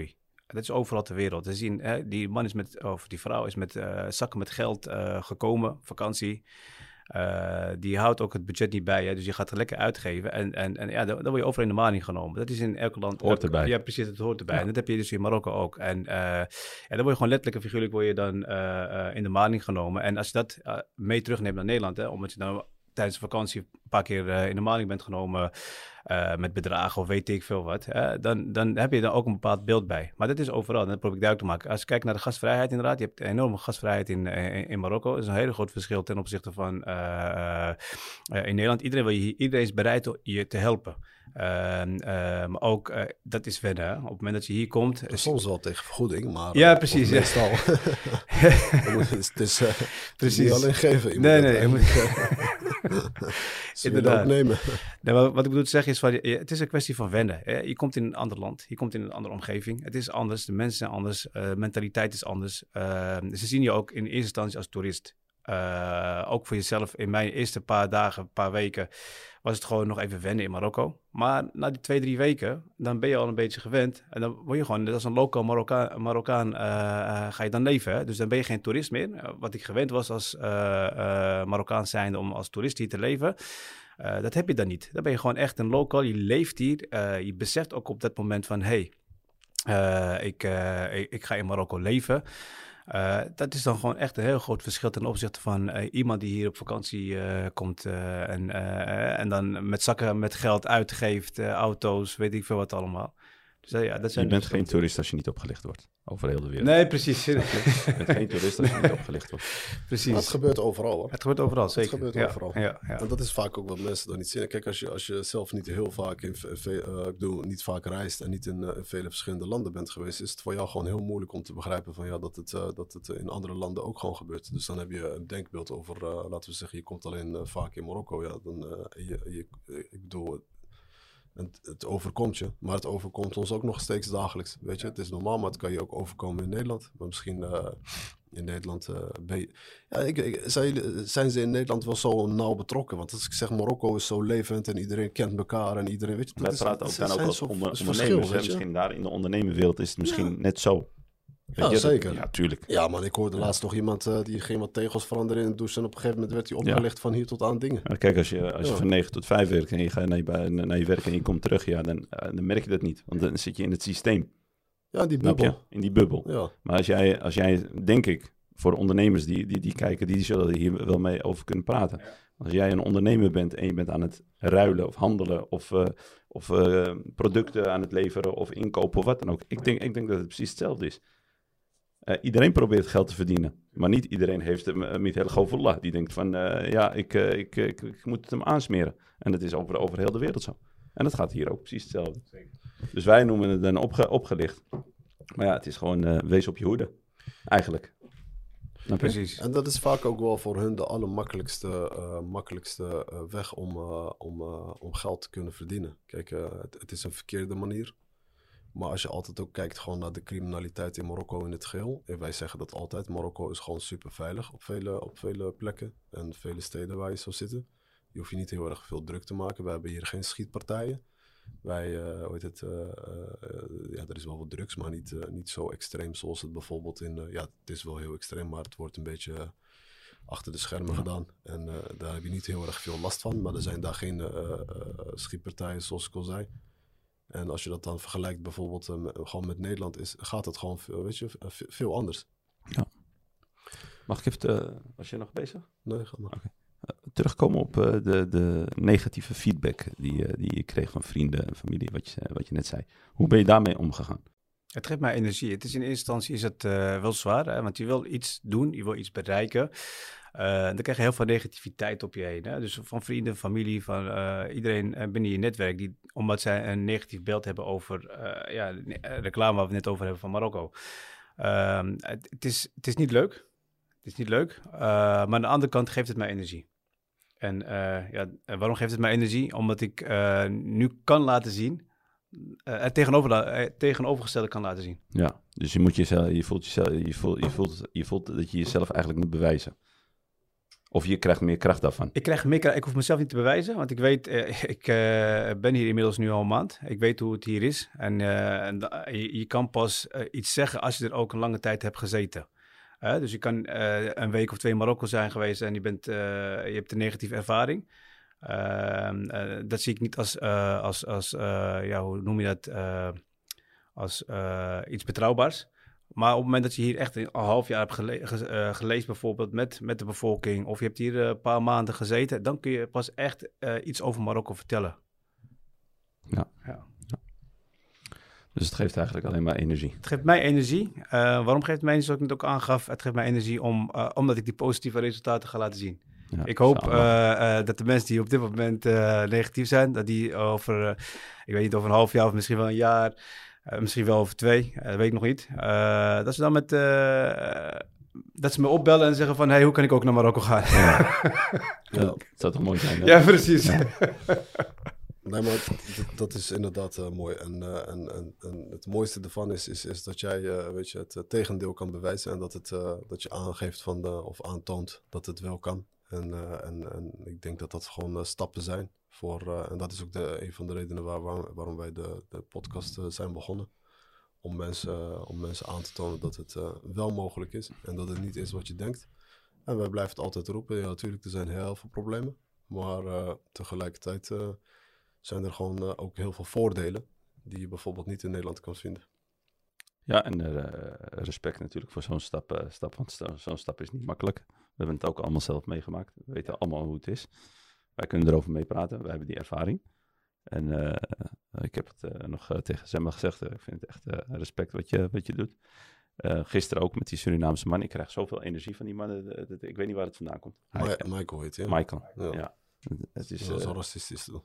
Dat is overal ter wereld. We zien, hè, die man is met, of die vrouw is met uh, zakken met geld uh, gekomen, vakantie. Uh, die houdt ook het budget niet bij, hè, dus je gaat er lekker uitgeven. En, en, en ja, dan, dan word je overal in de maling genomen. Dat is in elk land. Hoort erbij. Ja, precies, het hoort erbij. Ja. En dat heb je dus in Marokko ook. En uh, ja, dan word je gewoon letterlijk en figuurlijk word je dan uh, uh, in de maling genomen. En als je dat uh, mee terugneemt naar Nederland, hè, omdat je dan tijdens de vakantie een paar keer uh, in de maling bent genomen uh, met bedragen of weet ik veel wat, uh, dan, dan heb je daar ook een bepaald beeld bij. Maar dat is overal, en dat probeer ik duidelijk te maken. Als je kijkt naar de gastvrijheid inderdaad, je hebt een enorme gastvrijheid in, in, in Marokko. Dat is een hele groot verschil ten opzichte van uh, uh, in Nederland. Iedereen, wil je, iedereen is bereid je te helpen. Uh, uh, maar ook, uh, dat is verder. Hè. Op het moment dat je hier komt... Soms wel tegen vergoeding, maar... Ja, precies. Ja. Meestal. het is, het is, uh, precies. Niet alleen geven. Je nee, moet nee. Je moet... Ze Inderdaad. Ook nemen. Nee, wat, wat ik bedoel te zeggen is, van, het is een kwestie van wennen. Hè. Je komt in een ander land, je komt in een andere omgeving. Het is anders, de mensen zijn anders, de uh, mentaliteit is anders. Uh, ze zien je ook in eerste instantie als toerist. Uh, ook voor jezelf, in mijn eerste paar dagen, paar weken, was het gewoon nog even wennen in Marokko. Maar na die twee, drie weken, dan ben je al een beetje gewend. En dan word je gewoon, net als een local Marokkaan, Marokkaan uh, uh, ga je dan leven. Hè? Dus dan ben je geen toerist meer. Uh, wat ik gewend was als uh, uh, Marokkaan zijnde om als toerist hier te leven. Uh, dat heb je dan niet. Dan ben je gewoon echt een local. Je leeft hier. Uh, je beseft ook op dat moment van, hé, hey, uh, ik, uh, ik, ik ga in Marokko leven. Uh, dat is dan gewoon echt een heel groot verschil ten opzichte van uh, iemand die hier op vakantie uh, komt uh, en, uh, en dan met zakken met geld uitgeeft, uh, auto's, weet ik veel wat allemaal. Dus, uh, ja, dat zijn je bent dus geen toerist als je niet opgelicht wordt, over heel de wereld. Nee, precies. Je bent geen toerist als je niet opgelicht wordt. Precies. Maar het gebeurt overal hoor. Het gebeurt overal, zeker. Het gebeurt ja, overal. Ja, ja. En dat is vaak ook wat mensen dan niet zien. Kijk, als je, als je zelf niet heel vaak in, uh, ik bedoel, niet vaak reist en niet in, uh, in vele verschillende landen bent geweest, is het voor jou gewoon heel moeilijk om te begrijpen van ja, dat het, uh, dat het in andere landen ook gewoon gebeurt. Dus dan heb je een denkbeeld over, uh, laten we zeggen, je komt alleen uh, vaak in Marokko. Ja, dan, uh, je, je, ik bedoel, het, het overkomt je, maar het overkomt ons ook nog steeds dagelijks. Weet je, het is normaal, maar het kan je ook overkomen in Nederland. Maar misschien uh, in Nederland uh, ben je... Ja, ik, ik, zijn, zijn ze in Nederland wel zo nauw betrokken? Want als ik zeg Marokko is zo levend en iedereen kent elkaar en iedereen... Weet je, wij is, praten ook dan ook als onder, ondernemers. Verschil, Misschien daar in de ondernemerwereld is het misschien ja. net zo. Weet ja, je, zeker. Ja, tuurlijk. Ja, man, ik hoorde ja. laatst nog iemand uh, die ging wat tegels veranderen in de douche en op een gegeven moment werd hij opgelegd ja. van hier tot aan dingen. Maar kijk, als je, als je ja. van negen tot vijf werkt en je gaat naar je, naar je werk en je komt terug, ja, dan, uh, dan merk je dat niet. Want dan zit je in het systeem. Ja, die bubbel. Je? In die bubbel. Ja. Maar als jij, als jij, denk ik, voor ondernemers die, die, die kijken, die zullen hier wel mee over kunnen praten. Ja. Als jij een ondernemer bent en je bent aan het ruilen of handelen of, uh, of uh, producten aan het leveren of inkopen of wat dan ook. Ik denk, ik denk dat het precies hetzelfde is. Uh, iedereen probeert geld te verdienen, maar niet iedereen heeft het met heel goverla. Die denkt van, uh, ja, ik, uh, ik, ik, ik moet het hem aansmeren. En dat is over, over heel de wereld zo. En dat gaat hier ook precies hetzelfde. Zeker. Dus wij noemen het dan opge, opgelicht. Maar ja, het is gewoon, uh, wees op je hoede, eigenlijk. Ja, precies. En dat is vaak ook wel voor hun de allermakkelijkste uh, makkelijkste, uh, weg om, uh, om, uh, om geld te kunnen verdienen. Kijk, uh, het, het is een verkeerde manier. Maar als je altijd ook kijkt gewoon naar de criminaliteit in Marokko in het geheel. En wij zeggen dat altijd. Marokko is gewoon super veilig op vele, op vele plekken. En vele steden waar je zou zitten. Je hoeft je niet heel erg veel druk te maken. We hebben hier geen schietpartijen. Wij, uh, hoe heet het, uh, uh, ja, er is wel wat drugs, maar niet, uh, niet zo extreem zoals het bijvoorbeeld in... Uh, ja, het is wel heel extreem, maar het wordt een beetje uh, achter de schermen gedaan. En uh, daar heb je niet heel erg veel last van. Maar er zijn daar geen uh, uh, schietpartijen, zoals ik al zei. En als je dat dan vergelijkt bijvoorbeeld uh, gewoon met Nederland, is, gaat het gewoon veel, weet je, veel anders. Ja. Mag ik even, uh, was je nog bezig? Nee, ga maar. Okay. Uh, terugkomen op uh, de, de negatieve feedback die, uh, die je kreeg van vrienden en familie, wat je, wat je net zei. Hoe ben je daarmee omgegaan? Het geeft mij energie. Het is in eerste instantie is het uh, wel zwaar, hè? Want je wil iets doen, je wil iets bereiken. Uh, dan krijg je heel veel negativiteit op je heen. Hè? Dus van vrienden, familie, van uh, iedereen binnen je netwerk, die, omdat zij een negatief beeld hebben over uh, ja, reclame waar we het net over hebben van Marokko. Uh, het, het, is, het is niet leuk. Het is niet leuk. Uh, maar aan de andere kant geeft het mij energie. En uh, ja, waarom geeft het mij energie? Omdat ik uh, nu kan laten zien, uh, het tegenover, uh, tegenovergestelde kan laten zien. Ja, dus je, moet jezelf, je, voelt jezelf, je, voelt, je, voelt, je voelt dat je jezelf eigenlijk moet bewijzen. Of je krijgt meer kracht daarvan? Ik krijg meer, ik hoef mezelf niet te bewijzen, want ik weet, uh, ik uh, ben hier inmiddels nu al een maand. Ik weet hoe het hier is. En, uh, en je, je kan pas uh, iets zeggen als je er ook een lange tijd hebt gezeten. Uh, dus je kan uh, een week of twee in Marokko zijn geweest en je, bent, uh, je hebt een negatieve ervaring. Uh, uh, dat zie ik niet als, uh, als, als uh, ja, hoe noem je dat, uh, als uh, iets betrouwbaars. Maar op het moment dat je hier echt een half jaar hebt gele- ge- uh, geleefd bijvoorbeeld met, met de bevolking, of je hebt hier uh, een paar maanden gezeten, dan kun je pas echt uh, iets over Marokko vertellen. Ja. Ja. ja. Dus het geeft eigenlijk alleen maar energie. Het geeft mij energie. Uh, waarom geeft het mij energie, zoals ik het ook aangaf? Het geeft mij energie om, uh, omdat ik die positieve resultaten ga laten zien. Ja, ik hoop uh, uh, dat de mensen die op dit moment uh, negatief zijn, dat die over, uh, ik weet niet, over een half jaar of misschien wel een jaar, uh, misschien wel over twee, uh, dat weet ik nog niet. Uh, dat ze dan met, uh, dat ze me opbellen en zeggen van, hey, hoe kan ik ook naar Marokko gaan? Ja. ja, dat zou toch mooi zijn? Hè? Ja, precies. Ja. Nee, maar dat, dat is inderdaad uh, mooi. En, uh, en, en, en het mooiste ervan is, is, is dat jij uh, weet je, het uh, tegendeel kan bewijzen en dat, het, uh, dat je aangeeft van de, of aantoont dat het wel kan. En, uh, en, en ik denk dat dat gewoon uh, stappen zijn. Voor, uh, en dat is ook de, een van de redenen waar, waar, waarom wij de, de podcast uh, zijn begonnen. Om mensen, uh, om mensen aan te tonen dat het uh, wel mogelijk is. En dat het niet is wat je denkt. En wij blijven het altijd roepen. Ja, natuurlijk, er zijn heel veel problemen. Maar uh, tegelijkertijd uh, zijn er gewoon uh, ook heel veel voordelen. Die je bijvoorbeeld niet in Nederland kan vinden. Ja, en uh, respect natuurlijk voor zo'n stap, uh, stap. Want zo, zo'n stap is niet makkelijk. We hebben het ook allemaal zelf meegemaakt. We weten allemaal hoe het is. Wij kunnen erover meepraten. Wij hebben die ervaring. En uh, ik heb het uh, nog uh, tegen Zemma gezegd. Uh, ik vind het echt uh, respect wat je, wat je doet. Uh, gisteren ook met die Surinaamse man. Ik krijg zoveel energie van die man. Uh, uh, uh, ik weet niet waar het vandaan komt. Ma- Hij, Michael heet hij. Michael, ja. ja. Het is, dat is uh, al racistisch toch?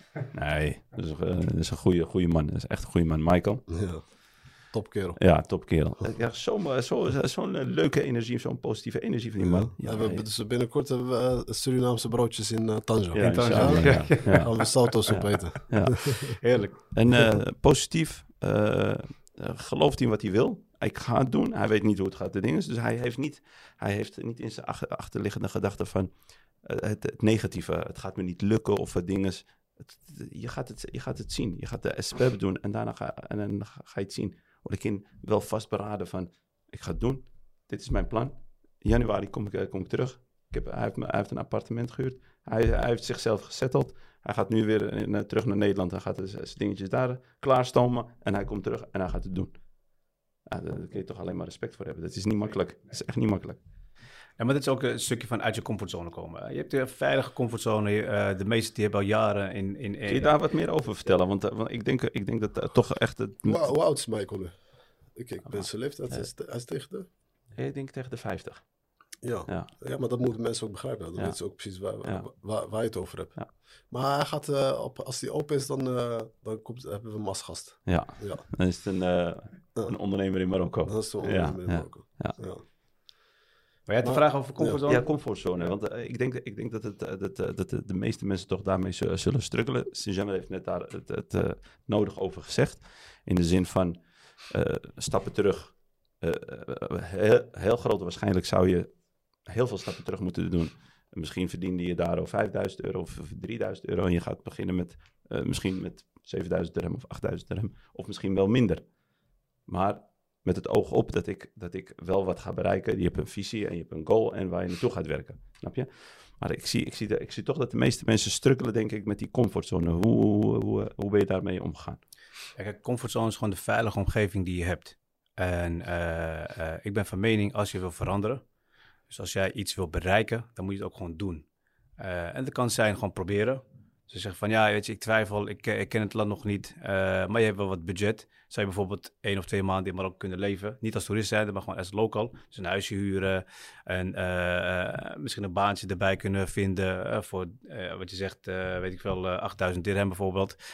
Nee, dat is, uh, dat is een goede, goede man. Dat is echt een goede man, Michael. Ja. Topkerel. Ja, topkerel. Ik krijg zo'n zo, zo, zo leuke energie, zo'n positieve energie van die man. Ja, ja, we hebben dus binnenkort uh, Surinaamse broodjes in uh, Tanjo. Ja, in Tanjo. Ja, ja, ja. ja. Gaan we salto's op eten. Ja. Heerlijk. En uh, positief, uh, uh, gelooft hij wat hij wil. Hij gaat het doen. Hij weet niet hoe het gaat, de dingen. Dus hij heeft niet, hij heeft niet in zijn ach- achterliggende gedachte van uh, het, het negatieve. Het gaat me niet lukken of het ding is. Het, je, gaat het, je gaat het zien. Je gaat de asperbe doen en daarna ga, en dan ga je het zien. Word ik in wel vastberaden van, ik ga het doen. Dit is mijn plan. In januari kom ik, kom ik terug. Ik heb, hij, heeft, hij heeft een appartement gehuurd. Hij, hij heeft zichzelf gesetteld. Hij gaat nu weer in, uh, terug naar Nederland. Hij gaat zijn dingetjes daar klaarstomen. En hij komt terug en hij gaat het doen. Ja, daar kun je toch alleen maar respect voor hebben. Dat is niet makkelijk. Dat is echt niet makkelijk. Ja, maar dat is ook een stukje van uit je comfortzone komen. Je hebt een veilige comfortzone. Uh, de meesten die hebben al jaren in... in Kun je daar wat meer over vertellen? Want, uh, want ik, denk, ik denk dat uh, toch echt... Het... Hoe, hoe oud is Michael nu? Ik, ik ben zijn leeftijd. Hij is, hij is tegen de... Ik denk tegen de vijftig. Ja. Ja. ja, maar dat moeten mensen ook begrijpen. Dan ja. weten ze ook precies waar, ja. waar, waar je het over hebt. Ja. Maar hij gaat, uh, op, als hij open is, dan, uh, dan komt, hebben we een masgast. Ja. ja, dan is het een, uh, ja. een ondernemer in Marokko. Dan is het een ondernemer ja. in Marokko. Ja. Ja. Ja. Maar jij hebt de vraag over comfortzone? Ja, comfortzone. Want uh, ik denk, ik denk dat, het, uh, dat, uh, dat de, de meeste mensen toch daarmee zullen, zullen struggelen. Sint-Jean heeft net daar het, het uh, nodig over gezegd. In de zin van uh, stappen terug. Uh, uh, heel, heel groot waarschijnlijk zou je heel veel stappen terug moeten doen. Misschien verdiende je daar al vijfduizend euro of drieduizend euro. En je gaat beginnen met uh, misschien met zevenduizend dirham of achtduizend dirham. Of misschien wel minder. Maar met het oog op dat ik, dat ik wel wat ga bereiken. Je hebt een visie en je hebt een goal en waar je naartoe gaat werken. Snap je? Maar ik zie, ik zie, de, ik zie toch dat de meeste mensen struggelen, denk ik, met die comfortzone. Hoe, hoe, hoe, hoe ben je daarmee omgegaan? Ja, kijk, comfortzone is gewoon de veilige omgeving die je hebt. En uh, uh, ik ben van mening, als je wil veranderen, dus als jij iets wil bereiken, dan moet je het ook gewoon doen. Uh, en dat kan zijn gewoon proberen. Ze zeggen van, ja, weet je, ik twijfel, ik, ik ken het land nog niet, uh, maar je hebt wel wat budget. Zou je bijvoorbeeld één of twee maanden in Marokko kunnen leven? Niet als toerist zijn, maar gewoon als local. Dus een huisje huren en uh, uh, misschien een baantje erbij kunnen vinden uh, voor, uh, wat je zegt, uh, weet ik wel, uh, achtduizend dirham bijvoorbeeld.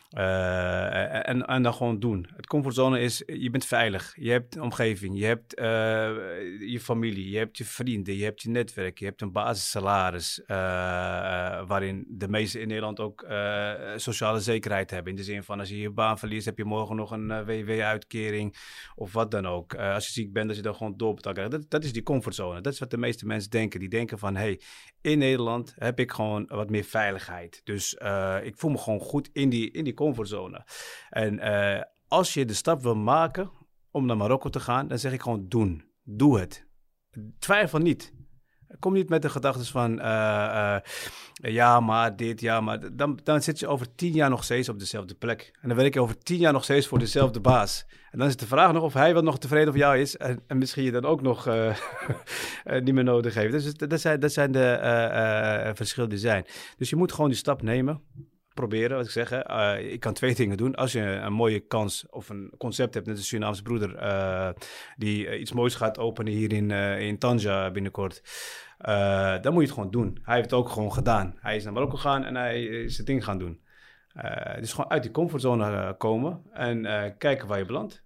Uh, en, en dan gewoon doen. Het comfortzone is, je bent veilig. Je hebt een omgeving, je hebt uh, je familie, je hebt je vrienden, je hebt je netwerk, je hebt een basissalaris. Uh, uh, waarin de meesten in Nederland ook uh, sociale zekerheid hebben. In de zin van, als je je baan verliest, heb je morgen nog een uh, W W-uitkering of wat dan ook. Uh, als je ziek bent, dat je dan gewoon doorbetaald krijgt. Dat, dat is die comfortzone. Dat is wat de meeste mensen denken. Die denken van, hey, in Nederland heb ik gewoon wat meer veiligheid. Dus uh, ik voel me gewoon goed in die, in die comfortzone. En uh, als je de stap wil maken om naar Marokko te gaan, dan zeg ik gewoon doen. Doe het. Twijfel niet. Kom niet met de gedachten van, uh, uh, ja, maar dit, ja, maar... Dan, dan zit je over tien jaar nog steeds op dezelfde plek. En dan werk je over tien jaar nog steeds voor dezelfde baas. En dan is de vraag nog of hij wel nog tevreden over jou is. En, en misschien je dan ook nog uh, niet meer nodig heeft. Dus dat zijn, dat zijn de uh, uh, verschillen die zijn. Dus je moet gewoon die stap nemen. Proberen, wat ik zeg. Uh, ik kan twee dingen doen. Als je een mooie kans of een concept hebt, net als Surinaamse broeder, uh, die uh, iets moois gaat openen hier in, uh, in Tanja binnenkort, uh, dan moet je het gewoon doen. Hij heeft het ook gewoon gedaan. Hij is naar Marokko gegaan en hij is het ding gaan doen. Uh, dus gewoon uit die comfortzone uh, komen en uh, kijken waar je belandt.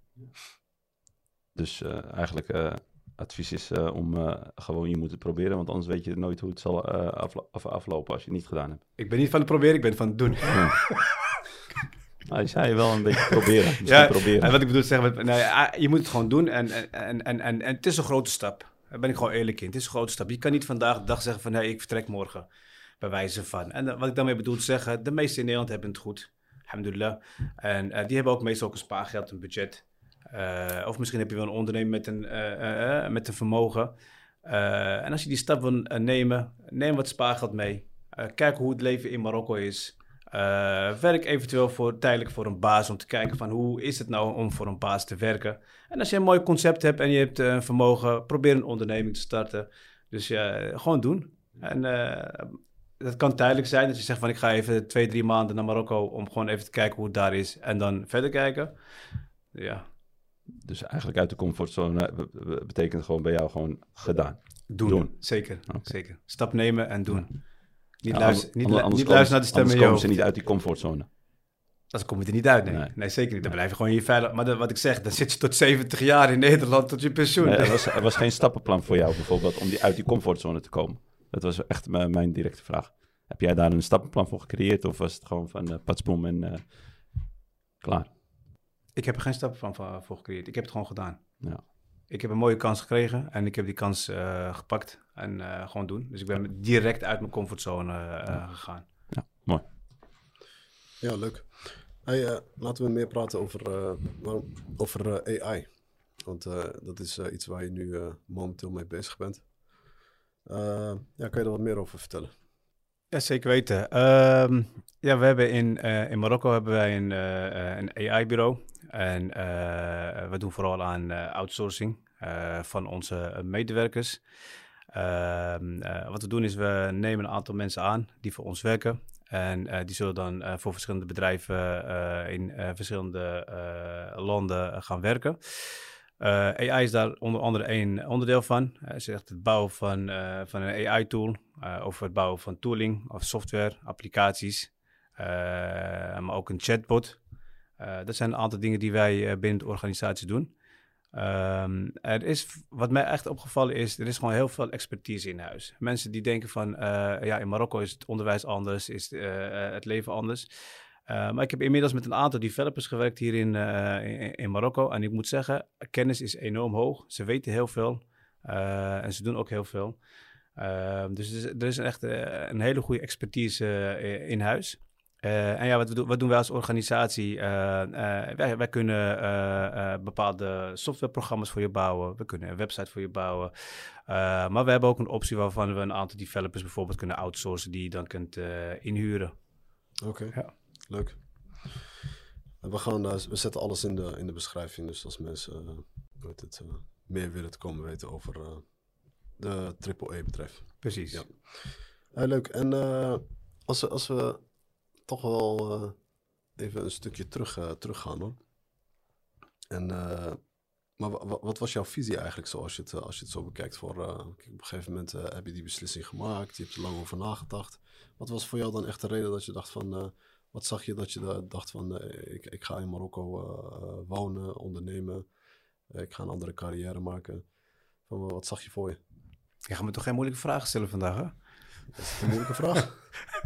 Dus uh, eigenlijk... Uh... advies is uh, om uh, gewoon, je moet het proberen, want anders weet je nooit hoe het zal uh, aflo- af- aflopen als je het niet gedaan hebt. Ik ben niet van het proberen, ik ben van het doen. Ja. Nou, je zei wel een beetje proberen. Misschien ja, proberen. En wat ik bedoel te zeggen, nou, je moet het gewoon doen en, en, en, en, en het is een grote stap. Daar ben ik gewoon eerlijk in. Het is een grote stap. Je kan niet vandaag de dag zeggen van, nee, ik vertrek morgen, bij wijze van. En uh, wat ik daarmee bedoel te zeggen, de meesten in Nederland hebben het goed. Alhamdulillah. En uh, die hebben ook meestal ook een spaargeld, een budget. Uh, of misschien heb je wel een onderneming met een, uh, uh, uh, met een vermogen. Uh, en als je die stap wil uh, nemen, neem wat spaargeld mee. Uh, kijk hoe het leven in Marokko is. Uh, werk eventueel voor, tijdelijk voor een baas om te kijken van hoe is het nou om voor een baas te werken. En als je een mooi concept hebt en je hebt uh, een vermogen, probeer een onderneming te starten. Dus uh, gewoon doen. En uh, dat kan tijdelijk zijn dat je zegt van ik ga even twee, drie maanden naar Marokko om gewoon even te kijken hoe het daar is. En dan verder kijken. Ja. Dus eigenlijk uit de comfortzone betekent gewoon bij jou gewoon gedaan. Doen, doen. zeker. Okay. zeker. Stap nemen en doen. Ja. Niet, ja, luister, anders, niet, anders niet luisteren naar de stem in je komen hoofd. ze niet uit die comfortzone. Dan kom je er niet uit, nee. Nee, nee zeker niet. Dan blijf je gewoon hier veilig. Maar de, wat ik zeg, dan zit je tot zeventig jaar in Nederland tot je pensioen. Nee, er, was, er was geen stappenplan voor jou bijvoorbeeld om die, uit die comfortzone te komen. Dat was echt m- mijn directe vraag. Heb jij daar een stappenplan voor gecreëerd of was het gewoon van uh, patsboom en uh, klaar? Ik heb er geen stappenplan voor, voor gecreëerd. Ik heb het gewoon gedaan. Ja. Ik heb een mooie kans gekregen en ik heb die kans uh, gepakt en uh, gewoon doen. Dus ik ben direct uit mijn comfortzone uh, ja. gegaan. Ja, mooi. Ja, leuk. Hey, uh, laten we meer praten over, uh, over uh, A I. Want uh, dat is uh, iets waar je nu uh, momenteel mee bezig bent. Uh, ja, kan je er wat meer over vertellen? Ja, zeker weten. Uh, ja, we hebben in, uh, in Marokko hebben wij een, uh, een A I-bureau. En uh, we doen vooral aan uh, outsourcing uh, van onze medewerkers. Uh, uh, wat we doen is, we nemen een aantal mensen aan die voor ons werken. En uh, die zullen dan uh, voor verschillende bedrijven uh, in uh, verschillende uh, landen gaan werken. Uh, A I is daar onder andere één onderdeel van. Uh, is echt het bouwen van, uh, van een A I-tool. Uh, of het bouwen van tooling of software, applicaties. Uh, maar ook een chatbot. Uh, dat zijn een aantal dingen die wij uh, binnen de organisatie doen. Um, er is, wat mij echt opgevallen is, er is gewoon heel veel expertise in huis. Mensen die denken van, uh, ja, in Marokko is het onderwijs anders, is uh, het leven anders. Uh, maar ik heb inmiddels met een aantal developers gewerkt hier in, uh, in, in Marokko. En ik moet zeggen, kennis is enorm hoog. Ze weten heel veel uh, en ze doen ook heel veel. Uh, dus er is echt uh, een hele goede expertise uh, in huis. Uh, en ja, wat, we do- wat doen wij als organisatie? Uh, uh, wij, wij kunnen uh, uh, bepaalde softwareprogramma's voor je bouwen. We kunnen een website voor je bouwen. Uh, maar we hebben ook een optie waarvan we een aantal developers bijvoorbeeld kunnen outsourcen die je dan kunt uh, inhuren. Oké, okay. Ja. Leuk. We, gaan, uh, we zetten alles in de, in de beschrijving. Dus als mensen uh, weet het, uh, meer willen te komen weten over uh, de triple E-bedrijf. Precies. Ja. Uh, leuk. En uh, als, we, als we toch wel uh, even een stukje terug, uh, teruggaan hoor. En, uh, maar w- w- wat was jouw visie eigenlijk zo als je het, uh, als je het zo bekijkt? Voor, uh, op een gegeven moment uh, heb je die beslissing gemaakt. Je hebt er lang over nagedacht. Wat was voor jou dan echt de reden dat je dacht van... Uh, wat zag je dat je da- dacht van, uh, ik, ik ga in Marokko uh, wonen, ondernemen. Uh, ik ga een andere carrière maken. Van, wat zag je voor je? Je gaat me toch geen moeilijke vragen stellen vandaag, hè? Is het een moeilijke vraag?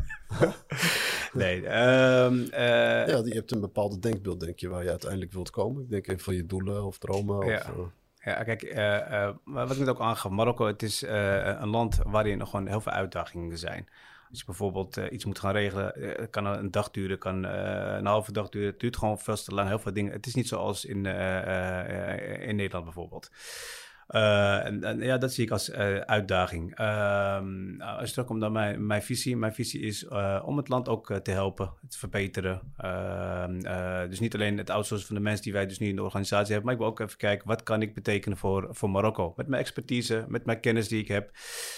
nee. Um, uh, ja, je hebt een bepaald denkbeeld, denk je, waar je uiteindelijk wilt komen. Ik denk even van je doelen of dromen. Ja. Of, uh... Ja, kijk, uh, uh, wat ik net ook aangaf, Marokko, het is uh, een land waarin nog gewoon heel veel uitdagingen zijn. Als je bijvoorbeeld uh, iets moet gaan regelen, uh, kan een dag duren, kan uh, een halve dag duren. Het duurt gewoon veel te lang, heel veel dingen. Het is niet zoals in, uh, uh, in Nederland bijvoorbeeld. Uh, en, en ja, dat zie ik als uh, uitdaging. Uh, als je terugkomt naar mijn, mijn visie. Mijn visie is uh, om het land ook uh, te helpen, te verbeteren. Uh, uh, dus niet alleen het outsourcen van de mensen die wij dus nu in de organisatie hebben, maar ik wil ook even kijken, wat kan ik betekenen voor, voor Marokko? Met mijn expertise, met mijn kennis die ik heb.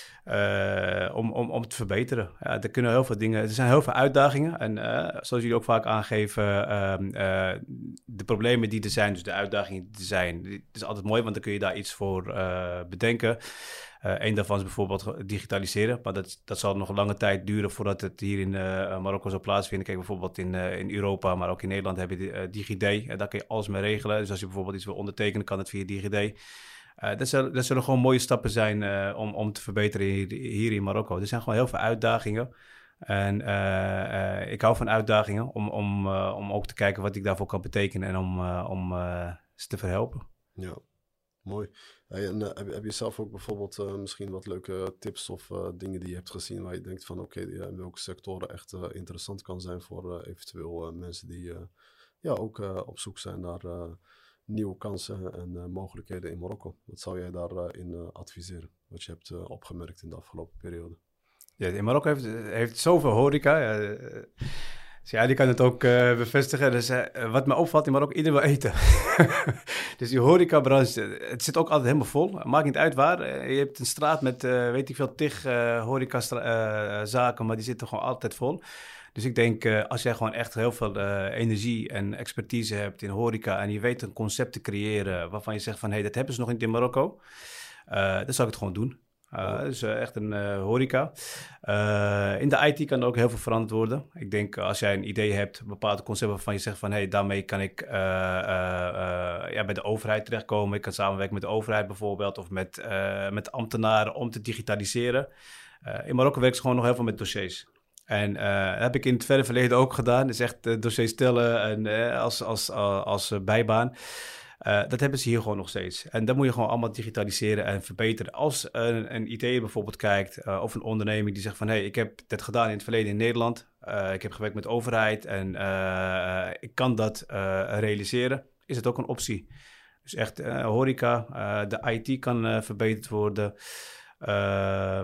Uh, om, om, om te verbeteren. Ja, er kunnen heel veel dingen, er zijn heel veel uitdagingen. En uh, zoals jullie ook vaak aangeven, uh, uh, de problemen die er zijn, dus de uitdagingen die er zijn, het is altijd mooi, want dan kun je daar iets voor uh, bedenken. Uh, een daarvan is bijvoorbeeld digitaliseren, maar dat, dat zal nog een lange tijd duren voordat het hier in uh, Marokko zal plaatsvinden. Kijk, bijvoorbeeld in, uh, in Europa, maar ook in Nederland heb je uh, DigiD. En daar kun je alles mee regelen. Dus als je bijvoorbeeld iets wil ondertekenen, kan het via DigiD. Uh, dat, zullen, dat zullen gewoon mooie stappen zijn uh, om, om te verbeteren hier, hier in Marokko. Er zijn gewoon heel veel uitdagingen. En uh, uh, ik hou van uitdagingen om, om, uh, om ook te kijken wat ik daarvoor kan betekenen en om, uh, om uh, ze te verhelpen. Ja, mooi. Hey, en, uh, heb, heb je zelf ook bijvoorbeeld uh, misschien wat leuke tips of uh, dingen die je hebt gezien waar je denkt van oké, okay, ja, in welke sectoren echt uh, interessant kan zijn voor uh, eventueel uh, mensen die uh, ja, ook uh, op zoek zijn naar uh, nieuwe kansen en uh, mogelijkheden in Marokko. Wat zou jij daarin uh, uh, adviseren? Wat je hebt uh, opgemerkt in de afgelopen periode? Ja, in Marokko heeft, heeft zoveel horeca. Ja, dus ja, die kan het ook uh, bevestigen. Dus uh, wat me opvalt in Marokko, iedereen wil eten. Dus die horecabranche, het zit ook altijd helemaal vol. Maakt niet uit waar. Uh, je hebt een straat met, uh, weet ik veel, tig uh, horecazaken, uh, maar die zitten gewoon altijd vol. Dus ik denk, uh, als jij gewoon echt heel veel uh, energie en expertise hebt in horeca en je weet een concept te creëren waarvan je zegt van, hé, hey, dat hebben ze nog niet in Marokko, uh, dan zou ik het gewoon doen. Uh, dus uh, echt een uh, horeca. Uh, in de I T kan er ook heel veel veranderd worden. Ik denk uh, als jij een idee hebt, een bepaald concept waarvan je zegt van, hé, hey, daarmee kan ik uh, uh, uh, ja, bij de overheid terechtkomen. Ik kan samenwerken met de overheid bijvoorbeeld of met, uh, met ambtenaren om te digitaliseren. Uh, in Marokko werken ze gewoon nog heel veel met dossiers. En uh, dat heb ik in het verre verleden ook gedaan. Dus echt uh, dossiers tellen en, uh, als, als, uh, als uh, bijbaan. Uh, dat hebben ze hier gewoon nog steeds. En dat moet je gewoon allemaal digitaliseren en verbeteren. Als een, een I T'er bijvoorbeeld kijkt, uh, of een onderneming die zegt van, hé, hey, ik heb dit gedaan in het verleden in Nederland. Uh, ik heb gewerkt met de overheid en uh, uh, ik kan dat uh, realiseren. Is het ook een optie. Dus echt uh, horeca, uh, de I T kan uh, verbeterd worden. Uh,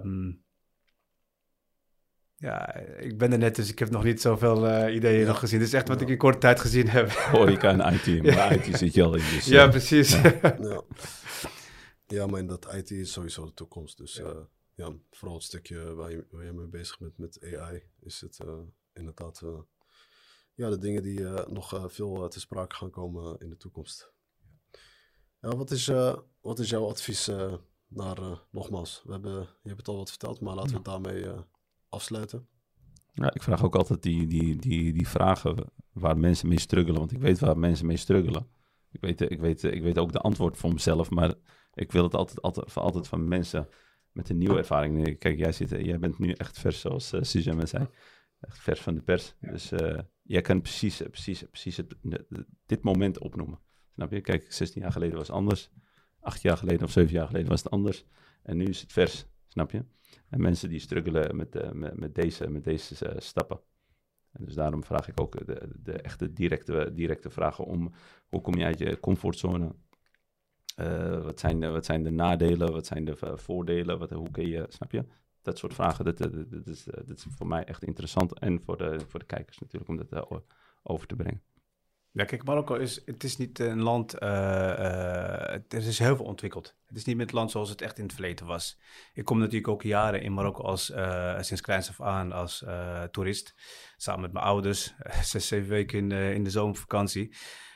Ja, ik ben er net, dus ik heb nog niet zoveel uh, ideeën ja. nog gezien. Dit is echt wat ja. ik in korte tijd gezien heb. Horeca en I T, maar ja. I T zit je al in. Dus, ja, uh, precies. Ja. ja. ja, maar dat I T is sowieso de toekomst. Dus ja, uh, ja vooral het stukje waar je, waar je mee bezig bent met A I, is het uh, inderdaad uh, ja, de dingen die uh, nog uh, veel uh, te sprake gaan komen in de toekomst. Ja, wat is, uh, wat is jouw advies uh, naar, uh, nogmaals, we hebben, je hebt het al wat verteld, maar laten we het daarmee uh, afsluiten. Ja, ik vraag ook altijd die, die, die, die vragen waar mensen mee struggelen, want ik weet waar mensen mee struggelen. Ik weet, ik weet, ik weet ook de antwoord voor mezelf, maar ik wil het altijd, altijd, altijd van mensen met een nieuwe ervaring. Kijk, jij, zit, jij bent nu echt vers, zoals uh, Suzanne zei. Echt vers van de pers. Ja. Dus uh, jij kan precies, precies, precies het, dit moment opnoemen. Snap je? Kijk, zestien jaar geleden was het anders. acht jaar geleden of zeven jaar geleden was het anders. En nu is het vers, snap je? En mensen die struggelen met, uh, met, met deze, met deze uh, stappen. En dus daarom vraag ik ook de, de echte directe, directe vragen om hoe kom je uit je comfortzone? Uh, wat, zijn de, wat zijn de nadelen? Wat zijn de uh, voordelen? Wat, hoe kun je, snap je? Dat soort vragen, dat, dat, dat, dat, is, dat is voor mij echt interessant. En voor de, voor de kijkers natuurlijk, om dat uh, over te brengen. Ja, kijk, Marokko is, het is niet een land, uh, uh, het is heel veel ontwikkeld. Het is niet meer het land zoals het echt in het verleden was. Ik kom natuurlijk ook jaren in Marokko als, uh, sinds kleins af aan als uh, toerist. Samen met mijn ouders, uh, zes, zeven weken in, uh, in de zomervakantie.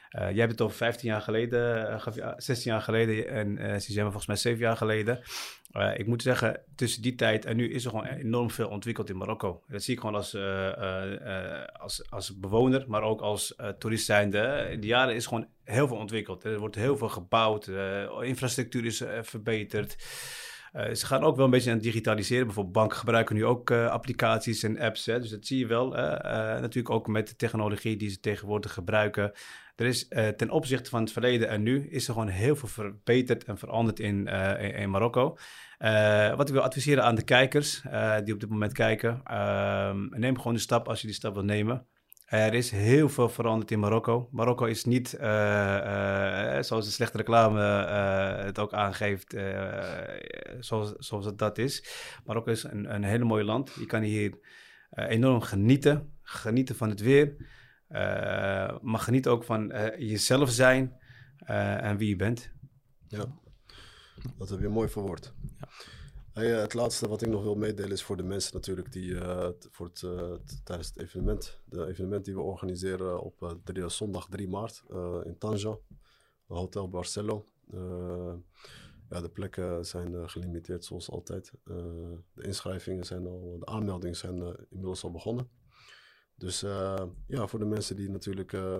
Uh, jij hebt het over vijftien jaar geleden, uh, zestien jaar geleden en uh, ze zijn volgens mij zeven jaar geleden. Uh, ik moet zeggen, tussen die tijd en nu is er gewoon enorm veel ontwikkeld in Marokko. Dat zie ik gewoon als, uh, uh, uh, als, als bewoner, maar ook als uh, toerist zijnde. In de jaren is gewoon heel veel ontwikkeld. Er wordt heel veel gebouwd, uh, infrastructuur is uh, verbeterd. Uh, ze gaan ook wel een beetje aan het digitaliseren. Bijvoorbeeld banken gebruiken nu ook uh, applicaties en apps. Hè? Dus dat zie je wel. Uh, uh, natuurlijk ook met de technologie die ze tegenwoordig gebruiken. Er is uh, ten opzichte van het verleden en nu is er gewoon heel veel verbeterd en veranderd in, uh, in, in Marokko. Uh, wat ik wil adviseren aan de kijkers uh, die op dit moment kijken. Uh, neem gewoon de stap als je die stap wil nemen. Er is heel veel veranderd in Marokko. Marokko is niet, uh, uh, zoals de slechte reclame uh, het ook aangeeft, uh, zoals, zoals het dat is. Marokko is een, een hele mooi land. Je kan hier uh, enorm genieten. Genieten van het weer. Uh, maar geniet ook van uh, jezelf zijn uh, en wie je bent. Ja, dat heb je mooi verwoord. Ja. Hey, uh, het laatste wat ik nog wil meedelen is voor de mensen natuurlijk die uh, t- voor het, uh, t- tijdens het evenement, de evenement die we organiseren op uh, drie, zondag drie maart uh, in Tanja, Hotel Barcelo. Uh, ja, de plekken zijn uh, gelimiteerd zoals altijd. Uh, de inschrijvingen zijn al, de aanmeldingen zijn uh, inmiddels al begonnen. Dus uh, ja, voor de mensen die natuurlijk uh,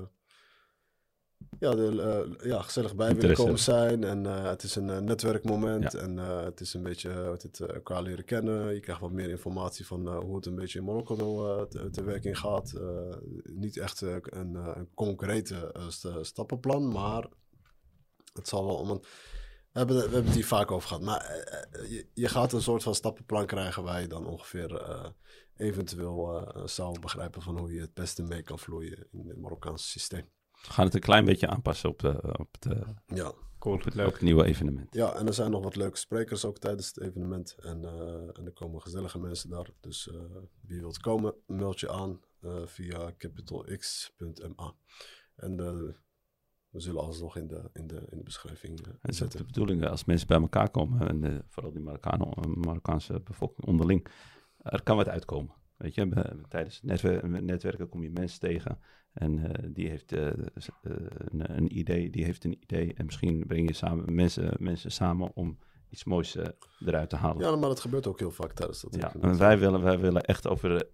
ja, de, uh, ja, gezellig bij willen komen zijn. En uh, het is een uh, netwerkmoment. Ja. En uh, het is een beetje uh, het, uh, elkaar leren kennen. Je krijgt wat meer informatie van uh, hoe het een beetje in Marokko uh, te, te werking gaat. Uh, niet echt uh, een, uh, een concrete uh, st- stappenplan, maar het zal wel om een... We hebben, we hebben het hier vaak over gehad. Maar uh, je, je gaat een soort van stappenplan krijgen waar je dan ongeveer uh, eventueel uh, zou begrijpen van hoe je het beste mee kan vloeien in het Marokkaanse systeem. We gaan het een klein beetje aanpassen op, de, op, het, ja. cool, op, het, op het nieuwe evenement. Ja, en er zijn nog wat leuke sprekers ook tijdens het evenement. En, uh, en er komen gezellige mensen daar. Dus uh, wie wilt komen, meld je aan uh, via capital x punt m a. En uh, we zullen alles nog in de, in de, in de beschrijving uh, het zetten. De bedoeling als mensen bij elkaar komen, en uh, vooral die Marokkanen, Marokkaanse bevolking onderling, er kan wat uitkomen. Weet je, tijdens het netwer- netwerken kom je mensen tegen en uh, die heeft uh, een, een idee, die heeft een idee en misschien breng je samen mensen, mensen samen om iets moois uh, eruit te halen. Ja, maar dat gebeurt ook heel vaak tijdens dat. Ja, en wij willen, wij willen echt over uh,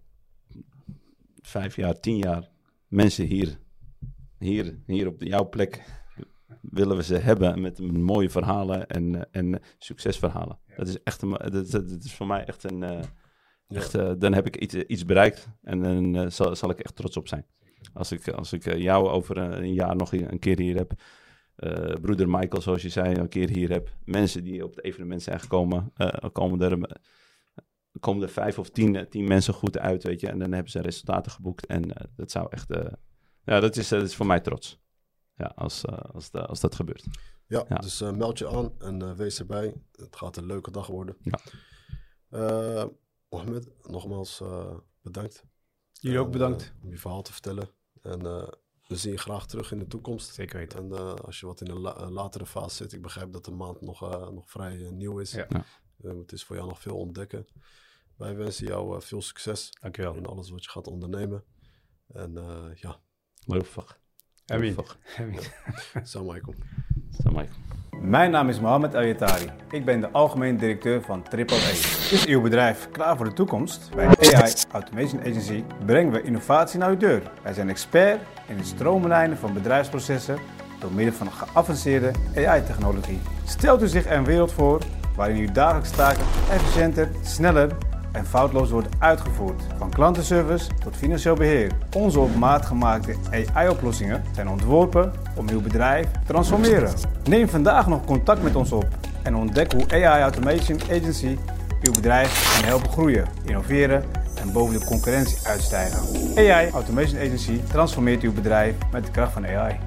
vijf jaar, tien jaar mensen hier, hier, hier op jouw plek willen we ze hebben met mooie verhalen en, en succesverhalen. Ja. Dat is echt een, dat, dat is voor mij echt een... Uh, Echt, uh, dan heb ik iets, iets bereikt en dan uh, zal, zal ik echt trots op zijn. Als ik, als ik uh, jou over een, een jaar nog een keer hier heb, uh, broeder Michael, zoals je zei, een keer hier heb, mensen die op het evenement zijn gekomen, uh, komen, er, uh, komen er vijf of tien, tien mensen goed uit, weet je, en dan hebben ze resultaten geboekt en uh, dat zou echt, uh, ja, dat is, uh, dat is voor mij trots. Ja, als, uh, als, de, als dat gebeurt. Ja, ja. dus uh, meld je aan en uh, wees erbij. Het gaat een leuke dag worden. Ja. Uh, Mohamed, nogmaals uh, bedankt. Jullie ook bedankt. Uh, om je verhaal te vertellen. En uh, we zien je graag terug in de toekomst. Zeker weten. En uh, als je wat in een la- latere fase zit, ik begrijp dat de maand nog, uh, nog vrij uh, nieuw is. Ja. Ja. Uh, het is voor jou nog veel ontdekken. Wij wensen jou uh, veel succes. Dankjewel. In alles wat je gaat ondernemen. En uh, ja. Leuk. Amin. Assalamu alaikum. Assalamu alaikum. Mijn naam is Mohamed Ayatari. Ik ben de algemeen directeur van Triple A. Is uw bedrijf klaar voor de toekomst? Bij A I Automation Agency brengen we innovatie naar uw deur. Wij zijn expert in het stroomlijnen van bedrijfsprocessen door middel van geavanceerde A I-technologie. Stelt u zich een wereld voor waarin uw dagelijkse taken efficiënter, sneller en foutloos worden uitgevoerd. Van klantenservice tot financieel beheer. Onze op maat gemaakte A I-oplossingen zijn ontworpen om uw bedrijf te transformeren. Neem vandaag nog contact met ons op en ontdek hoe A I Automation Agency uw bedrijf kan helpen groeien, innoveren en boven de concurrentie uitstijgen. A I Automation Agency transformeert uw bedrijf met de kracht van A I.